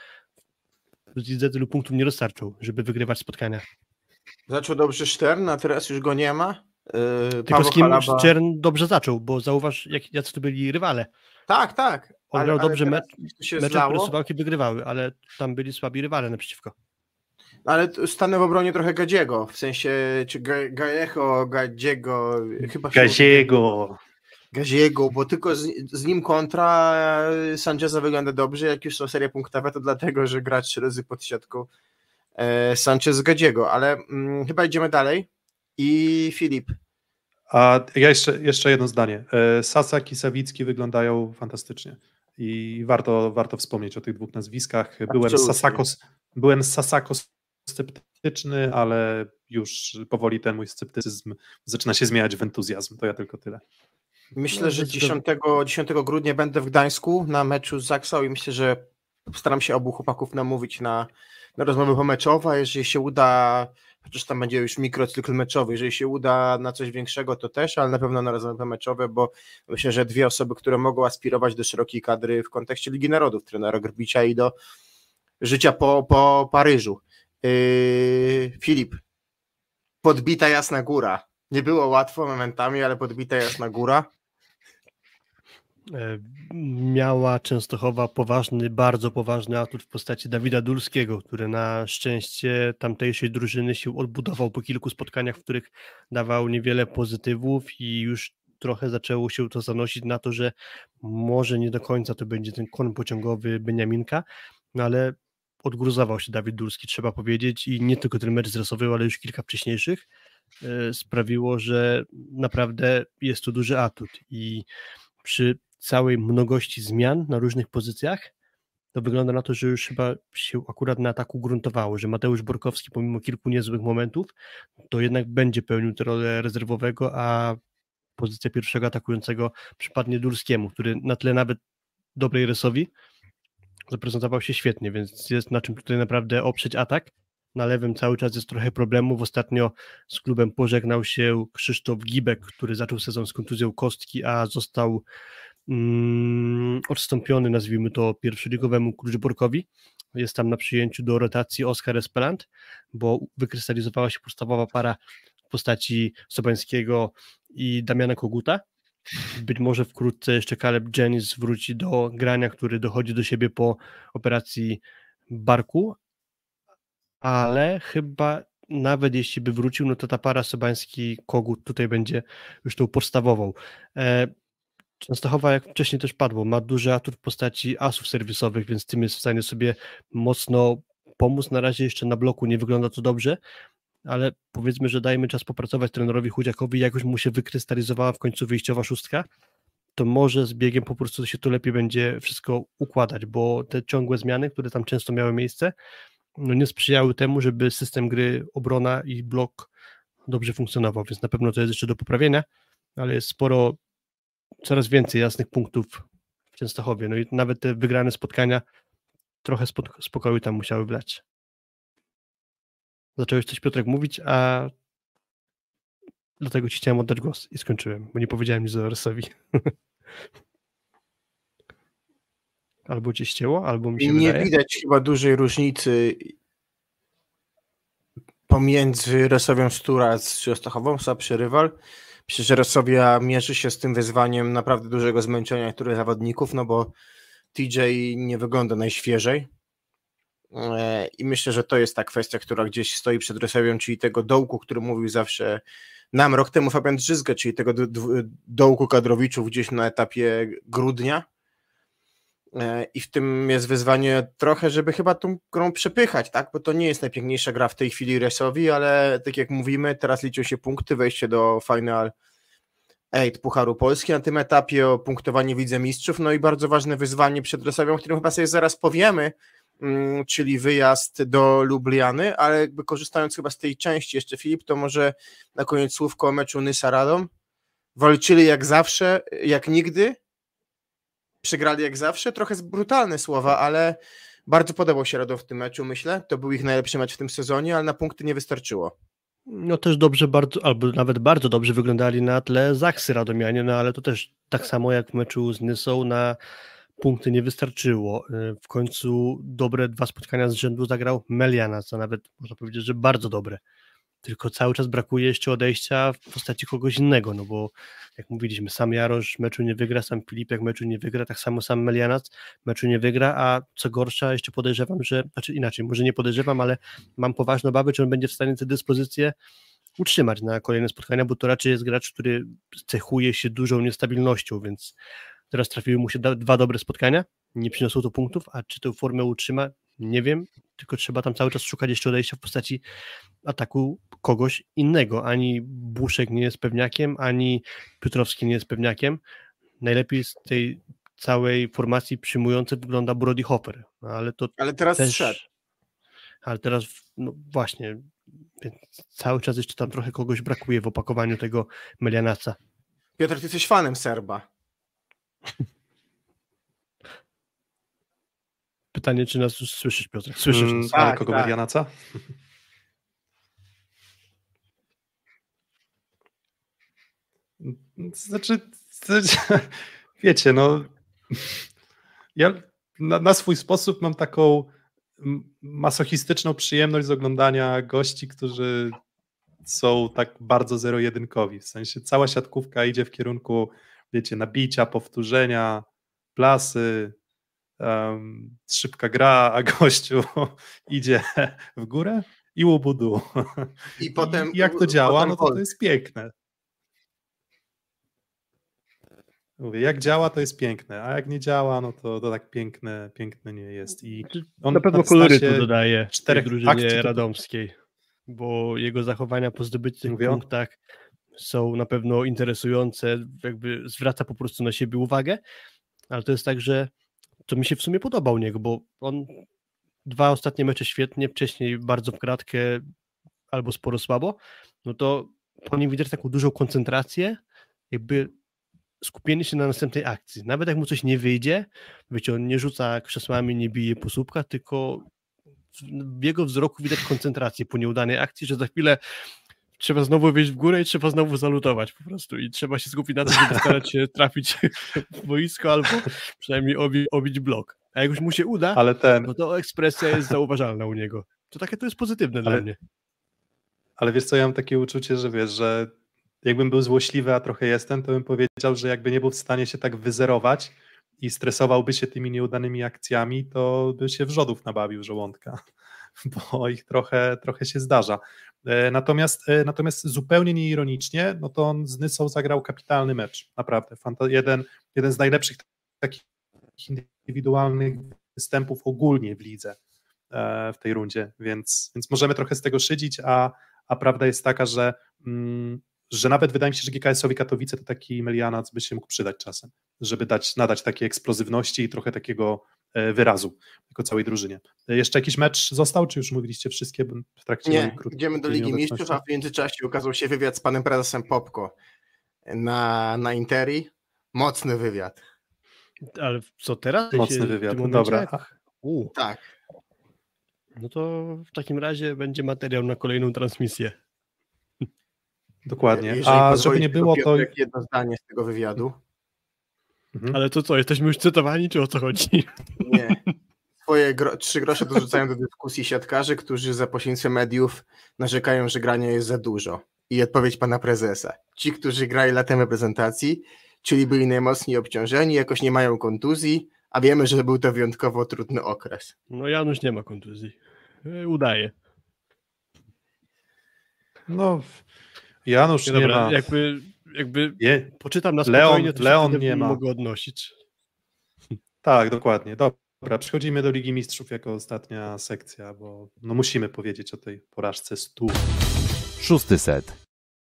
Speaker 4: z tylu punktów nie dostarczą, żeby wygrywać spotkania.
Speaker 5: Zaczął dobrze Stern, a teraz już go nie ma.
Speaker 4: Tylko z kim Stern dobrze zaczął, bo zauważ, jacy to byli rywale.
Speaker 5: Tak.
Speaker 4: On grał dobrze mecze, które Suwałki wygrywały, ale tam byli słabi rywale naprzeciwko.
Speaker 5: Ale stanę w obronie trochę Gadziego, w sensie, czy Gadziego, chyba Gaziego, bo tylko z nim kontra Sancheza wygląda dobrze, jak już są serie punktowe, to dlatego, że gra 3 razy pod siatką Sanchez z Gadziego, ale chyba idziemy dalej. i Filip.
Speaker 3: A ja jeszcze jedno zdanie. Sasak i Sawicki wyglądają fantastycznie i warto wspomnieć o tych dwóch nazwiskach. Byłem z Sasako sceptyczny, ale już powoli ten mój sceptycyzm zaczyna się zmieniać w entuzjazm. To ja tylko tyle.
Speaker 5: Myślę, że 10 grudnia będę w Gdańsku na meczu z Zaksą i myślę, że postaram się obu chłopaków namówić na rozmowę pomeczowe, a jeżeli się uda, chociaż tam będzie już mikrocykl meczowy, jeżeli się uda na coś większego, to też, ale na pewno na rozmowy pomeczowe, bo myślę, że dwie osoby, które mogą aspirować do szerokiej kadry w kontekście Ligi Narodów, trenera Grbicia i do życia po Paryżu. Filip, podbita Jasna Góra. Nie było łatwo momentami, ale podbita Jasna Góra.
Speaker 4: Miała Częstochowa bardzo poważny atut w postaci Dawida Dulskiego, który na szczęście tamtejszej drużyny się odbudował po kilku spotkaniach, w których dawał niewiele pozytywów i już trochę zaczęło się to zanosić na to, że może nie do końca to będzie ten koń pociągowy Beniaminka, no ale odgruzował się Dawid Dulski, trzeba powiedzieć, i nie tylko ten mecz zresował, ale już kilka wcześniejszych sprawiło, że naprawdę jest to duży atut i przy całej mnogości zmian na różnych pozycjach to wygląda na to, że już chyba się akurat na ataku gruntowało, że Mateusz Borkowski pomimo kilku niezłych momentów to jednak będzie pełnił tę rolę rezerwowego, a pozycja pierwszego atakującego przypadnie Dulskiemu, który na tle nawet dobrej rysowi zaprezentował się świetnie, więc jest na czym tutaj naprawdę oprzeć atak. Na lewym cały czas jest trochę problemów. Ostatnio z klubem pożegnał się Krzysztof Gibek, który zaczął sezon z kontuzją kostki, a został odstąpiony, nazwijmy to, pierwszoligowemu Kluczborkowi. Jest tam na przyjęciu do rotacji Oskar Espeland, bo wykrystalizowała się podstawowa para w postaci Sobańskiego i Damiana Koguta. Być może wkrótce jeszcze Caleb Jennings wróci do grania, który dochodzi do siebie po operacji barku, ale chyba nawet jeśli by wrócił, no to ta para Sobański-Kogut tutaj będzie już tą podstawową. Częstochowa, jak wcześniej też padło, ma duży atut w postaci asów serwisowych, więc tym jest w stanie sobie mocno pomóc. Na razie jeszcze na bloku nie wygląda to dobrze, ale powiedzmy, że dajmy czas popracować trenerowi Chudziakowi, jak już mu się wykrystalizowała w końcu wyjściowa szóstka, to może z biegiem po prostu się to lepiej będzie wszystko układać, bo te ciągłe zmiany, które tam często miały miejsce, no nie sprzyjały temu, żeby system gry obrona i blok dobrze funkcjonował, więc na pewno to jest jeszcze do poprawienia, ale jest coraz więcej jasnych punktów w Częstochowie, no i nawet te wygrane spotkania trochę spokoju tam musiały wlać. Zacząłeś coś, Piotrek, mówić, a dlatego ci chciałem oddać głos i skończyłem, bo nie powiedziałem nic o Rysowi. Albo cię ścięło, albo mi się
Speaker 5: nie
Speaker 4: wydaje.
Speaker 5: widać chyba dużej różnicy pomiędzy Resowią Stura z Częstochową, słabszy rywal. Myślę, że Resowia mierzy się z tym wyzwaniem naprawdę dużego zmęczenia niektórych zawodników, no bo TJ nie wygląda najświeżej. I myślę, że to jest ta kwestia, która gdzieś stoi przed Resowią, czyli tego dołku, który mówił zawsze nam rok temu Fabian Drzyzga, czyli tego dołku kadrowiczów gdzieś na etapie grudnia. I w tym jest wyzwanie trochę, żeby chyba tą grą przepychać, tak? Bo to nie jest najpiękniejsza gra w tej chwili Resowi, ale tak jak mówimy, teraz liczą się punkty, wejście do Final 8 Pucharu Polski na tym etapie, o punktowanie wicemistrzów, no i bardzo ważne wyzwanie przed Resowią, o którym chyba sobie zaraz powiemy, czyli wyjazd do Lubliany, ale jakby korzystając chyba z tej części jeszcze, Filip, to może na koniec słówko o meczu Nysa Radom. Walczyli jak zawsze, jak nigdy, przegrali jak zawsze, trochę brutalne słowa, ale bardzo podobał się Radom w tym meczu, myślę. To był ich najlepszy mecz w tym sezonie, ale na punkty nie wystarczyło.
Speaker 4: No też dobrze, albo nawet bardzo dobrze wyglądali na tle Zaksy Radomianie, no ale to też tak samo jak w meczu z Nysą na punkty nie wystarczyło. W końcu dobre 2 spotkania z rzędu zagrał Meliana, co nawet można powiedzieć, że bardzo dobre. Tylko cały czas brakuje jeszcze odejścia w postaci kogoś innego, no bo jak mówiliśmy, sam Jarosz meczu nie wygra, sam Filipek meczu nie wygra, tak samo sam Melianac meczu nie wygra, a co gorsza jeszcze podejrzewam, inaczej, może nie podejrzewam, ale mam poważne obawy, czy on będzie w stanie tę dyspozycję utrzymać na kolejne spotkania, bo to raczej jest gracz, który cechuje się dużą niestabilnością, więc teraz trafiły mu się 2 dobre spotkania, nie przyniosło to punktów, a czy tę formę utrzyma, nie wiem, tylko trzeba tam cały czas szukać jeszcze odejścia w postaci ataku kogoś innego. Ani Buszek nie jest pewniakiem, ani Piotrowski nie jest pewniakiem. Najlepiej z tej całej formacji przyjmującej wygląda Brody Hopper. No,
Speaker 5: Ale teraz
Speaker 4: też...
Speaker 5: szedł.
Speaker 4: Ale teraz, no właśnie, więc cały czas jeszcze tam trochę kogoś brakuje w opakowaniu tego Melianaca.
Speaker 5: Piotr, ty jesteś fanem Serba.
Speaker 4: Pytanie, czy nas już słyszysz, Piotr? Słyszysz nas?
Speaker 3: Ale
Speaker 5: Tak,
Speaker 3: kogo
Speaker 5: tak.
Speaker 3: Medianaca? Znaczy, wiecie, no ja na swój sposób mam taką masochistyczną przyjemność z oglądania gości, którzy są tak bardzo zero-jedynkowi. W sensie cała siatkówka idzie w kierunku, wiecie, nabicia, powtórzenia, plasy, szybka gra, a gościu idzie w górę i łubudu.
Speaker 5: I potem
Speaker 3: I jak to działa,
Speaker 5: potem
Speaker 3: no to jest piękne. Mówię, jak działa, to jest piękne, a jak nie działa, no to tak piękne nie jest. I on
Speaker 4: na pewno
Speaker 3: na
Speaker 4: kolorytu
Speaker 3: starcie
Speaker 4: dodaje
Speaker 3: 4
Speaker 4: tej drużynie
Speaker 3: akcji to-
Speaker 4: radomskiej, bo jego zachowania po zdobytych
Speaker 3: Mówię?
Speaker 4: punktach są na pewno interesujące, jakby zwraca po prostu na siebie uwagę, ale to jest tak, że to mi się w sumie podoba u niego, bo on 2 ostatnie mecze świetnie, wcześniej bardzo w kratkę albo sporo słabo, no to po nim widać taką dużą koncentrację, jakby skupienie się na następnej akcji. Nawet jak mu coś nie wyjdzie, wiecie, on nie rzuca krzesłami, nie bije po słupkach, tylko w jego wzroku widać koncentrację po nieudanej akcji, że za chwilę trzeba znowu wejść w górę i trzeba znowu zalutować po prostu i trzeba się skupić na tym, żeby starać się trafić w boisko albo przynajmniej obić blok. A jak już mu się uda, no to ekspresja jest zauważalna u niego. To jest pozytywne dla mnie.
Speaker 3: Ale wiesz co, ja mam takie uczucie, że wiesz, że jakbym był złośliwy, a trochę jestem, to bym powiedział, że jakby nie był w stanie się tak wyzerować i stresowałby się tymi nieudanymi akcjami, to by się wrzodów nabawił żołądka, bo ich trochę się zdarza. Natomiast zupełnie nieironicznie, no to on z Nysą zagrał kapitalny mecz, naprawdę. Jeden z najlepszych takich indywidualnych występów ogólnie w lidze w tej rundzie, więc możemy trochę z tego szydzić, a prawda jest taka, że nawet wydaje mi się, że GKS-owi Katowice to taki Melianac by się mógł przydać czasem, żeby nadać takiej eksplozywności i trochę takiego wyrazu jako całej drużynie. Jeszcze jakiś mecz został, czy już mówiliście wszystkie w trakcie
Speaker 5: Nie,
Speaker 3: mojej krótkiej
Speaker 5: idziemy do Ligi Mistrzów, a w międzyczasie ukazał się wywiad z panem prezesem Popko na Interi. Mocny wywiad.
Speaker 4: Ale co teraz?
Speaker 3: Mocny wywiad,
Speaker 4: w tym momencie?
Speaker 3: dobra.
Speaker 5: Tak.
Speaker 4: No to w takim razie będzie materiał na kolejną transmisję.
Speaker 3: Dokładnie.
Speaker 5: Jeżeli
Speaker 3: A żeby
Speaker 5: pozwolisz,
Speaker 3: nie było, to...
Speaker 5: Piotrek, jedno zdanie z tego wywiadu.
Speaker 4: Ale to co, jesteśmy już cytowani, czy o co chodzi?
Speaker 5: Nie. 3 grosze dorzucają do dyskusji siatkarzy, którzy za pośrednictwem mediów narzekają, że grania jest za dużo. I odpowiedź pana prezesa. Ci, którzy grali latem reprezentacji, czyli byli najmocniej obciążeni, jakoś nie mają kontuzji, a wiemy, że był to wyjątkowo trudny okres.
Speaker 4: No Janusz nie ma kontuzji. Udaje.
Speaker 3: No, Janusz nie ma.
Speaker 4: Jakby
Speaker 3: Nie.
Speaker 4: poczytam na spokojnie, to
Speaker 3: Leon
Speaker 4: się
Speaker 3: nie ma.
Speaker 4: mogę odnosić.
Speaker 3: Tak, dokładnie. Dobra, przechodzimy do Ligi Mistrzów jako ostatnia sekcja, bo no musimy powiedzieć o tej porażce 100.
Speaker 2: 6. set.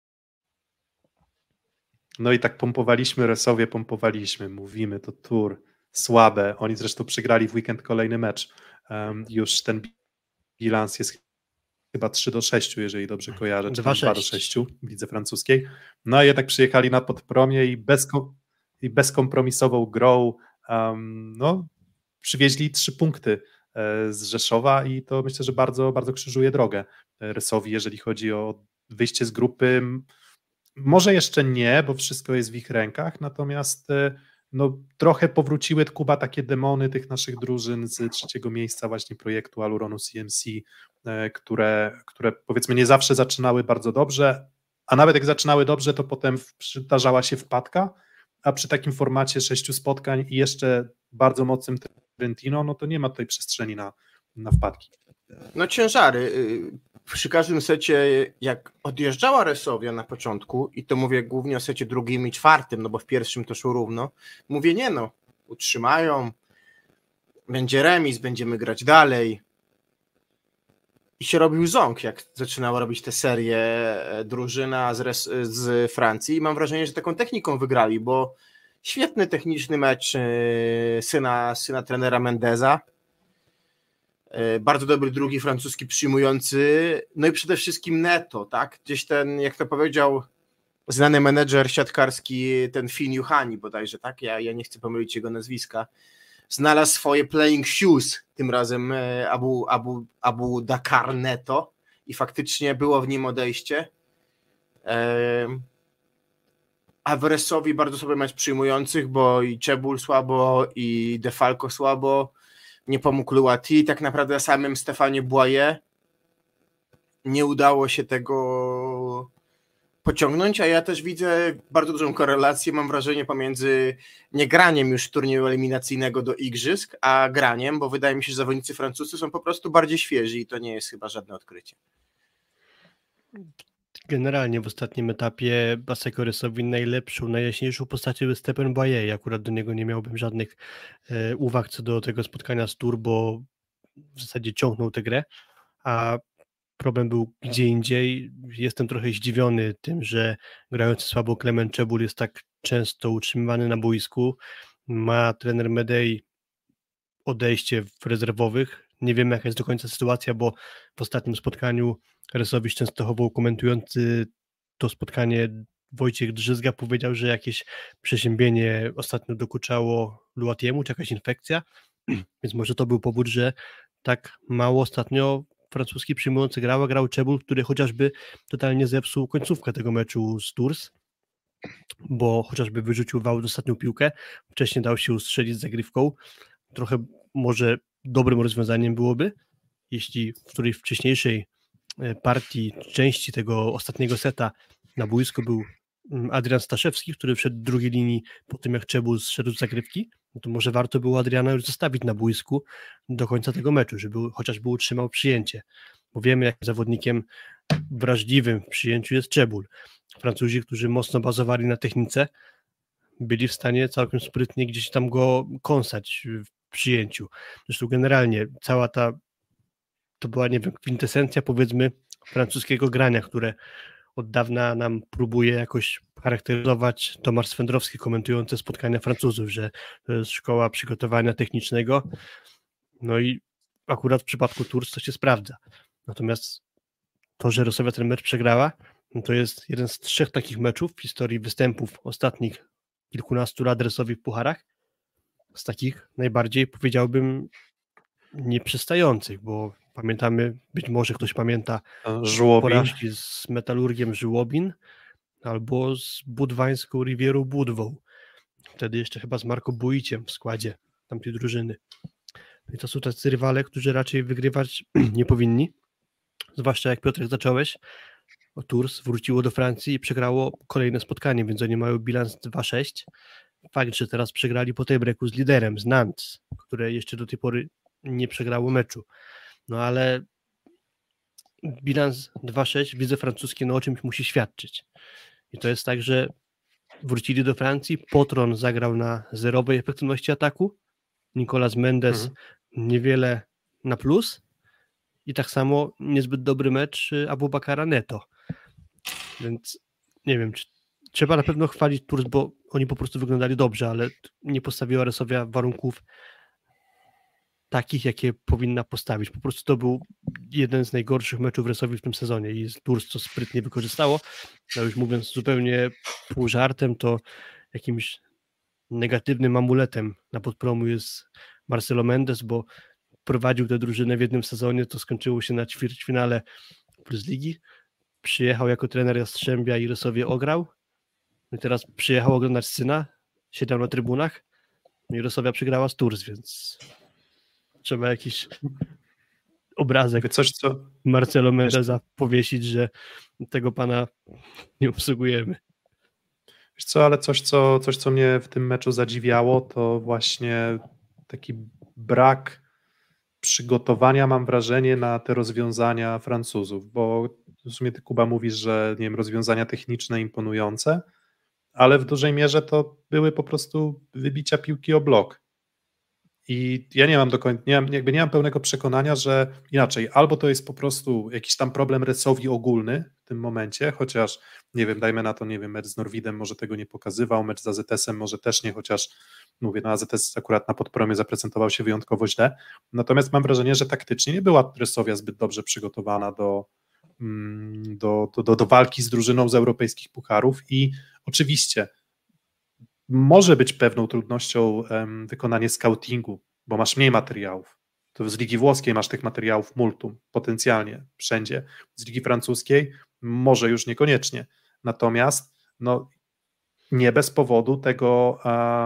Speaker 3: No i tak pompowaliśmy, mówimy, to Tour, słabe. Oni zresztą przegrali w weekend kolejny mecz. Już ten bilans jest chyba 3-6, jeżeli dobrze kojarzę, czy 2-6 w lidze francuskiej. No a jednak przyjechali na Podpromie i bezkompromisową grą przywieźli 3 punkty z Rzeszowa i to myślę, że bardzo, bardzo krzyżuje drogę Rysowi, jeżeli chodzi o wyjście z grupy. Może jeszcze nie, bo wszystko jest w ich rękach, natomiast trochę powróciły Kuba takie demony tych naszych drużyn z 3. miejsca właśnie projektu Aluronu CMC, które powiedzmy nie zawsze zaczynały bardzo dobrze, a nawet jak zaczynały dobrze, to potem przydarzała się wpadka, a przy takim formacie 6 spotkań i jeszcze bardzo mocnym Trentino, no to nie ma tutaj przestrzeni na wpadki.
Speaker 5: No ciężary. Przy każdym secie, jak odjeżdżała Resowia na początku, i to mówię głównie o secie 2. i 4, no bo w pierwszym to szło równo, mówię utrzymają, będzie remis, będziemy grać dalej. i się robił ząg, jak zaczynała robić tę serię drużyna z Francji. I mam wrażenie, że taką techniką wygrali, bo świetny techniczny mecz syna trenera Mendeza. Bardzo dobry drugi francuski przyjmujący. No i przede wszystkim Neto, tak? Gdzieś ten, jak to powiedział znany menedżer siatkarski, ten Finn Juhani bodajże, tak? Ja nie chcę pomylić jego nazwiska. Znalazł swoje playing shoes, tym razem Abu Dakar Neto i faktycznie było w nim odejście. Alvarezowi bardzo sobie mecz przyjmujących, bo i Czebul słabo, i De Falco słabo, nie pomógł Luati, tak naprawdę samym Stefanie Boye nie udało się tego pociągnąć, a ja też widzę bardzo dużą korelację, mam wrażenie, pomiędzy niegraniem już turnieju eliminacyjnego do igrzysk, a graniem, bo wydaje mi się, że zawodnicy francuscy są po prostu bardziej świeżi i to nie jest chyba żadne odkrycie.
Speaker 4: Generalnie w ostatnim etapie Basekoresowi najjaśniejszą postacią jest Stepen Boye i akurat do niego nie miałbym żadnych uwag co do tego spotkania z Tours, bo w zasadzie ciągnął tę grę, a problem był gdzie indziej. Jestem trochę zdziwiony tym, że grający słabo Clement Czebul jest tak często utrzymywany na boisku. Ma trener Medei odejście w rezerwowych. Nie wiemy, jaka jest do końca sytuacja, bo w ostatnim spotkaniu Resowicz Częstochował komentujący to spotkanie Wojciech Drzyzga powiedział, że jakieś przeziębienie ostatnio dokuczało Luatiemu, czy jakaś infekcja, więc może to był powód, że tak mało ostatnio francuski przyjmujący grał Czebul, który chociażby totalnie zepsuł końcówkę tego meczu z Tours, bo chociażby wyrzucił w aut ostatnią piłkę, wcześniej dał się ustrzelić z zagrywką. Trochę może dobrym rozwiązaniem byłoby, jeśli w której wcześniejszej partii, części tego ostatniego seta na boisku był Adrian Staszewski, który wszedł w drugiej linii po tym, jak Czebul zszedł z zagrywki, no to może warto było Adriana już zostawić na boisku do końca tego meczu, żeby chociażby utrzymał przyjęcie, bo wiemy, jak zawodnikiem wrażliwym w przyjęciu jest Czebul. Francuzi, którzy mocno bazowali na technice, byli w stanie całkiem sprytnie gdzieś tam go kąsać w przyjęciu. Zresztą generalnie cała to była, nie wiem, kwintesencja, powiedzmy, francuskiego grania, które od dawna nam próbuje jakoś charakteryzować Tomasz Swędrowski, komentujący spotkania Francuzów, że to jest szkoła przygotowania technicznego. No i akurat w przypadku Tours to się sprawdza. Natomiast to, że Resowia ten mecz przegrała, no to jest jeden z 3 takich meczów w historii występów ostatnich kilkunastu lat Resowi w pucharach, z takich najbardziej, powiedziałbym, nieprzystających, bo pamiętamy, być może ktoś pamięta porażki z Metalurgiem Żłobin albo z budwańską Rivierą Budwą. Wtedy jeszcze chyba z Marco Boiciem w składzie tamtej drużyny. I to są tacy rywale, którzy raczej wygrywać nie powinni. Zwłaszcza jak Piotrek zacząłeś, Tours wróciło do Francji i przegrało kolejne spotkanie, więc oni mają bilans 2-6. Fakt, że teraz przegrali po tiebreaku z liderem, z Nantes, które jeszcze do tej pory nie przegrało meczu. No ale bilans 2-6 w lidze francuskiej o czymś musi świadczyć. I to jest tak, że wrócili do Francji, Potron zagrał na zerowej efektywności ataku, Nicolas Mendes niewiele na plus i tak samo niezbyt dobry mecz Aboubakara Neto. Więc nie wiem, czy trzeba na pewno chwalić Tours, bo oni po prostu wyglądali dobrze, ale nie postawiła Resowia warunków takich, jakie powinna postawić. Po prostu to był jeden z najgorszych meczów Resowi w tym sezonie i Tours to sprytnie wykorzystało. No już mówiąc zupełnie pół żartem, to jakimś negatywnym amuletem na podpromu jest Marcelo Mendes, bo prowadził tę drużynę w jednym sezonie, to skończyło się na ćwierćfinale Plus Ligi. Przyjechał jako trener Jastrzębia i Resowie ograł. I teraz przyjechał oglądać syna, siedział na trybunach i Resowia przegrała z Tours, więc trzeba jakiś obrazek Marcelo Mendeza powiesić, że tego pana nie obsługujemy.
Speaker 3: Wiesz co, ale coś, co mnie w tym meczu zadziwiało, to właśnie taki brak przygotowania, mam wrażenie, na te rozwiązania Francuzów, bo w sumie ty, Kuba, mówisz, że nie wiem, rozwiązania techniczne imponujące, ale w dużej mierze to były po prostu wybicia piłki o blok. I ja nie mam do końca, nie mam pełnego przekonania, że inaczej, albo to jest po prostu jakiś tam problem Resowi ogólny w tym momencie, chociaż nie wiem, dajmy na to, nie wiem, mecz z Norwidem może tego nie pokazywał, mecz z AZS-em może też nie, chociaż mówię, no AZS akurat na Podpromie zaprezentował się wyjątkowo źle, natomiast mam wrażenie, że taktycznie nie była Resowia zbyt dobrze przygotowana do walki z drużyną z europejskich pucharów i oczywiście może być pewną trudnością wykonanie scoutingu, bo masz mniej materiałów. To z Ligi Włoskiej masz tych materiałów multum, potencjalnie, wszędzie. Z Ligi Francuskiej może już niekoniecznie. Natomiast no, nie bez powodu tego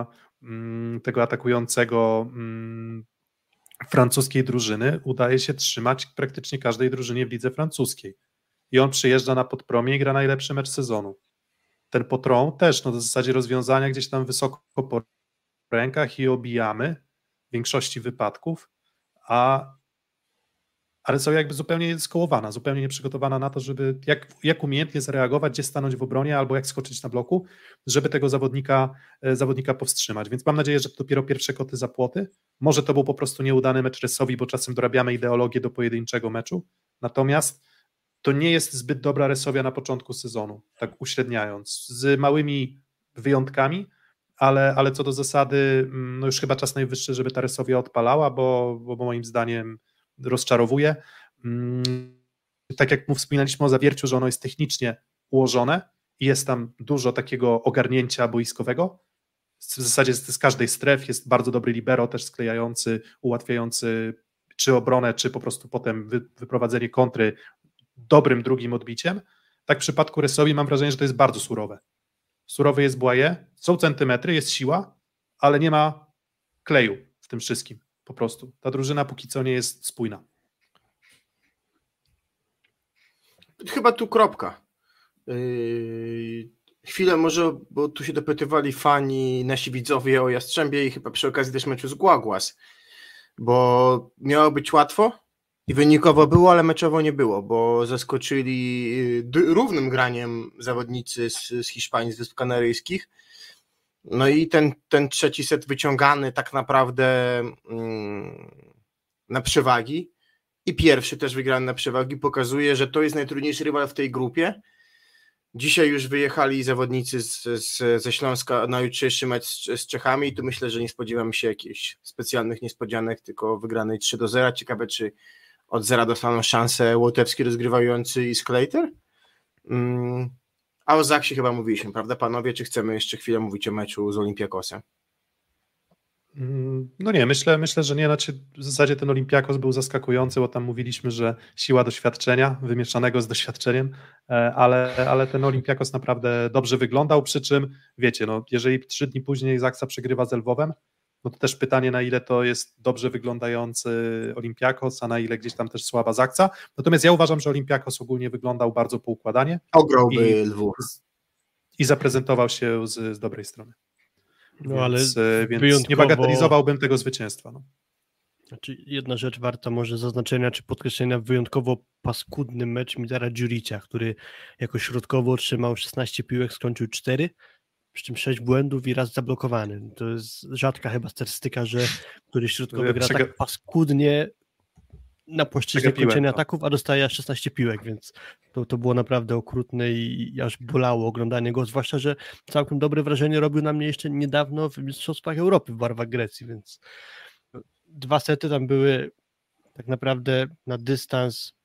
Speaker 3: atakującego francuskiej drużyny udaje się trzymać praktycznie każdej drużynie w lidze francuskiej. I on przyjeżdża na Podpromie i gra najlepszy mecz sezonu. Ten Potron też, no w zasadzie rozwiązania gdzieś tam wysoko po rękach i obijamy w większości wypadków, a Resowia jakby zupełnie skołowana, zupełnie nieprzygotowana na to, żeby jak umiejętnie zareagować, gdzie stanąć w obronie albo jak skoczyć na bloku, żeby tego zawodnika powstrzymać. Więc mam nadzieję, że to dopiero pierwsze koty za płoty. Może to był po prostu nieudany mecz Resowi, bo czasem dorabiamy ideologię do pojedynczego meczu, natomiast to nie jest zbyt dobra Resowia na początku sezonu, tak uśredniając, z małymi wyjątkami, ale co do zasady, no już chyba czas najwyższy, żeby ta Resowia odpalała, bo moim zdaniem rozczarowuje. Tak jak wspominaliśmy o Zawierciu, że ono jest technicznie ułożone i jest tam dużo takiego ogarnięcia boiskowego. W zasadzie z każdej stref jest bardzo dobry libero, też sklejający, ułatwiający czy obronę, czy po prostu potem wyprowadzenie kontry dobrym drugim odbiciem. Tak w przypadku Resowi mam wrażenie, że to jest bardzo surowe. Surowy jest Błaje, są centymetry, jest siła, ale nie ma kleju w tym wszystkim. Po prostu. Ta drużyna póki co nie jest spójna.
Speaker 5: Chyba tu kropka. Chwilę może, bo tu się dopytywali fani, nasi widzowie o Jastrzębie i chyba przy okazji też meczu z Głagłas, bo miało być łatwo i wynikowo było, ale meczowo nie było, bo zaskoczyli równym graniem zawodnicy z Hiszpanii, z Wysp Kanaryjskich. No i ten trzeci set wyciągany tak naprawdę na przewagi i pierwszy też wygrany na przewagi pokazuje, że to jest najtrudniejszy rywal w tej grupie. Dzisiaj już wyjechali zawodnicy ze Śląska na jutrzejszy mecz z Czechami i tu myślę, że nie spodziewam się jakichś specjalnych niespodzianek, tylko wygranej 3-0. Ciekawe, czy od zera dostaną szansę Łotewski rozgrywający i Sklejter? A o Zaksie chyba mówiliśmy, prawda panowie? Czy chcemy jeszcze chwilę mówić o meczu z Olympiakosem?
Speaker 3: No nie, myślę, że nie. Znaczy, w zasadzie ten Olympiakos był zaskakujący, bo tam mówiliśmy, że siła doświadczenia, wymieszanego z doświadczeniem, ale ten Olympiakos naprawdę dobrze wyglądał, przy czym wiecie, no, jeżeli 3 dni później Zaksa przegrywa z Lwowem, no to też pytanie, na ile to jest dobrze wyglądający Olympiakos, a na ile gdzieś tam też słaba Zaksa. Natomiast ja uważam, że Olympiakos ogólnie wyglądał bardzo poukładanie.
Speaker 5: Ograłby Lwów.
Speaker 3: I zaprezentował się z dobrej strony.
Speaker 4: No
Speaker 3: Więc nie bagatelizowałbym tego zwycięstwa. No.
Speaker 4: Znaczy, jedna rzecz warta może zaznaczenia czy podkreślenia, wyjątkowo paskudny mecz Milera Djuricia, który jako środkowo otrzymał 16 piłek, skończył 4, przy czym 6 błędów i raz zablokowany. To jest rzadka chyba statystyka, że któryś środkowy gra tak paskudnie na płaszczyźnie kończenia ataków, a dostaje 16 piłek, więc to było naprawdę okrutne i aż bolało oglądanie go, zwłaszcza, że całkiem dobre wrażenie robił na mnie jeszcze niedawno w Mistrzostwach Europy w barwach Grecji, więc 2 sety tam były tak naprawdę na dystans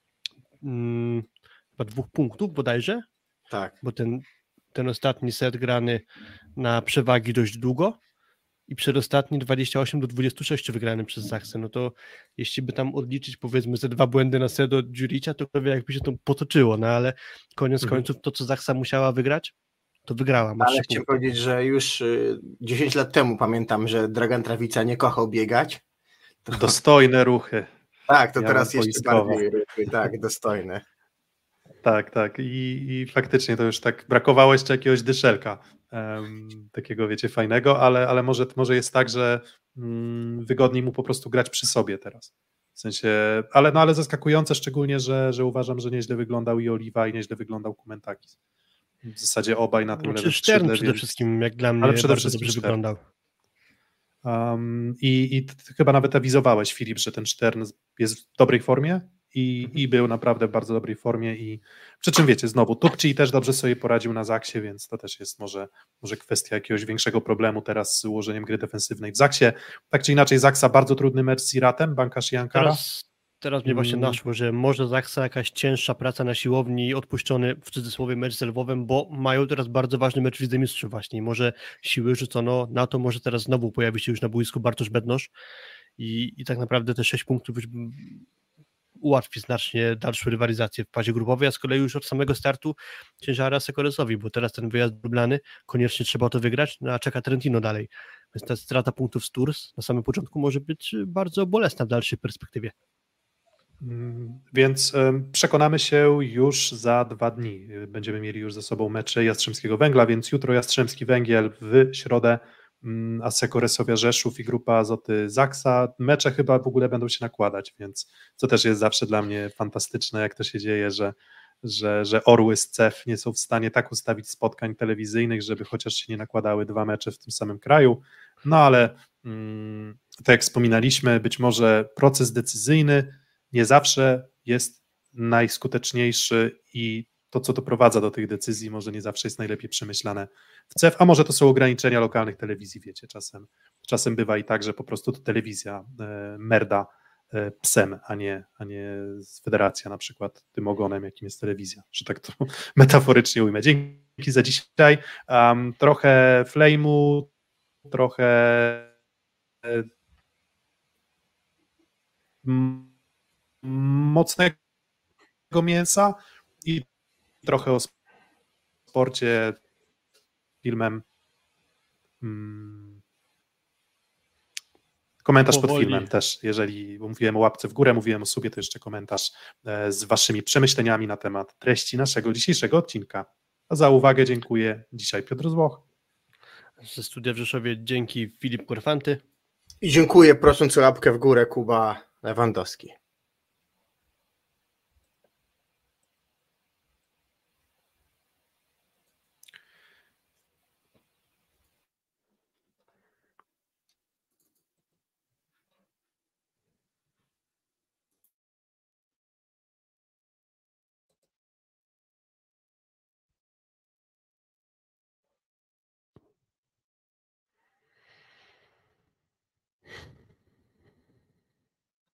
Speaker 4: chyba 2 punktów bodajże,
Speaker 5: tak.
Speaker 4: Bo ten ostatni set grany na przewagi dość długo i przedostatni 28-26 wygrany przez Zaksę, no to jeśli by tam odliczyć powiedzmy ze 2 błędy na set od Djuricia, to prawie jakby się to potoczyło, no ale koniec końców to, co Zaksa musiała wygrać, to wygrała.
Speaker 5: Ale chciałem powiedzieć, że już 10 lat temu pamiętam, że Dragan Trawica nie kochał biegać.
Speaker 3: Dostojne ruchy.
Speaker 5: Tak, to teraz jeszcze bardziej ruchy, tak, dostojne.
Speaker 3: Tak. I faktycznie to już tak brakowało jeszcze jakiegoś dyszelka, takiego wiecie, fajnego, ale może jest tak, że wygodniej mu po prostu grać przy sobie teraz. W sensie, ale zaskakujące szczególnie, że uważam, że nieźle wyglądał i Oliwa i nieźle wyglądał Kumentakis. W zasadzie obaj na tym lewym skrzydle.
Speaker 4: Przede wszystkim, jak dla mnie,
Speaker 3: ale przede
Speaker 4: bardzo
Speaker 3: wszystkim
Speaker 4: dobrze wyglądał.
Speaker 3: I chyba nawet awizowałeś, Filip, że ten Stern jest w dobrej formie i był naprawdę w bardzo dobrej formie i przy czym wiecie, znowu Tupci też dobrze sobie poradził na Zaksie, więc to też jest może kwestia jakiegoś większego problemu teraz z ułożeniem gry defensywnej w Zaksie. Tak czy inaczej Zaksa bardzo trudny mecz z Iratem, Bankasz i Ankara.
Speaker 4: Teraz mnie właśnie naszło, że może Zaksa jakaś cięższa praca na siłowni, odpuszczony w cudzysłowie mecz z Lwowem, bo mają teraz bardzo ważny mecz w Lidze Mistrzów właśnie. Może siły rzucono na to, może teraz znowu pojawi się już na boisku Bartosz Bednosz i tak naprawdę te 6 punktów już ułatwi znacznie dalszą rywalizację w fazie grupowej, a z kolei już od samego startu ciężara Sekoresowi, bo teraz ten wyjazd Lublany, koniecznie trzeba to wygrać, a czeka Trentino dalej. Więc ta strata punktów z Tours na samym początku może być bardzo bolesna w dalszej perspektywie.
Speaker 3: Więc przekonamy się już za 2 dni. Będziemy mieli już za sobą mecze Jastrzębskiego Węgla, więc jutro Jastrzębski Węgiel, w środę Asseco Resowia Rzeszów i Grupa Azoty Zaksa. Mecze chyba w ogóle będą się nakładać, więc co też jest zawsze dla mnie fantastyczne, jak to się dzieje, że Orły z CEF nie są w stanie tak ustawić spotkań telewizyjnych, żeby chociaż się nie nakładały 2 mecze w tym samym kraju. No ale tak jak wspominaliśmy, być może proces decyzyjny nie zawsze jest najskuteczniejszy i to, co doprowadza do tych decyzji, może nie zawsze jest najlepiej przemyślane w CEF, a może to są ograniczenia lokalnych telewizji, wiecie, czasem bywa i tak, że po prostu to telewizja merda psem, a nie federacja na przykład tym ogonem, jakim jest telewizja, że tak to metaforycznie ujmę. Dzięki za dzisiaj. Trochę flame'u, trochę mocnego mięsa i trochę o sporcie filmem. Komentarz pod filmem też, jeżeli mówiłem o łapce w górę, mówiłem o subie, to jeszcze komentarz z waszymi przemyśleniami na temat treści naszego dzisiejszego odcinka. A za uwagę dziękuję. Dzisiaj Piotr Złoch.
Speaker 4: Ze studia w Rzeszowie dzięki Filip Korfanty.
Speaker 5: I dziękuję prosząc o łapkę w górę Kuba Lewandowski.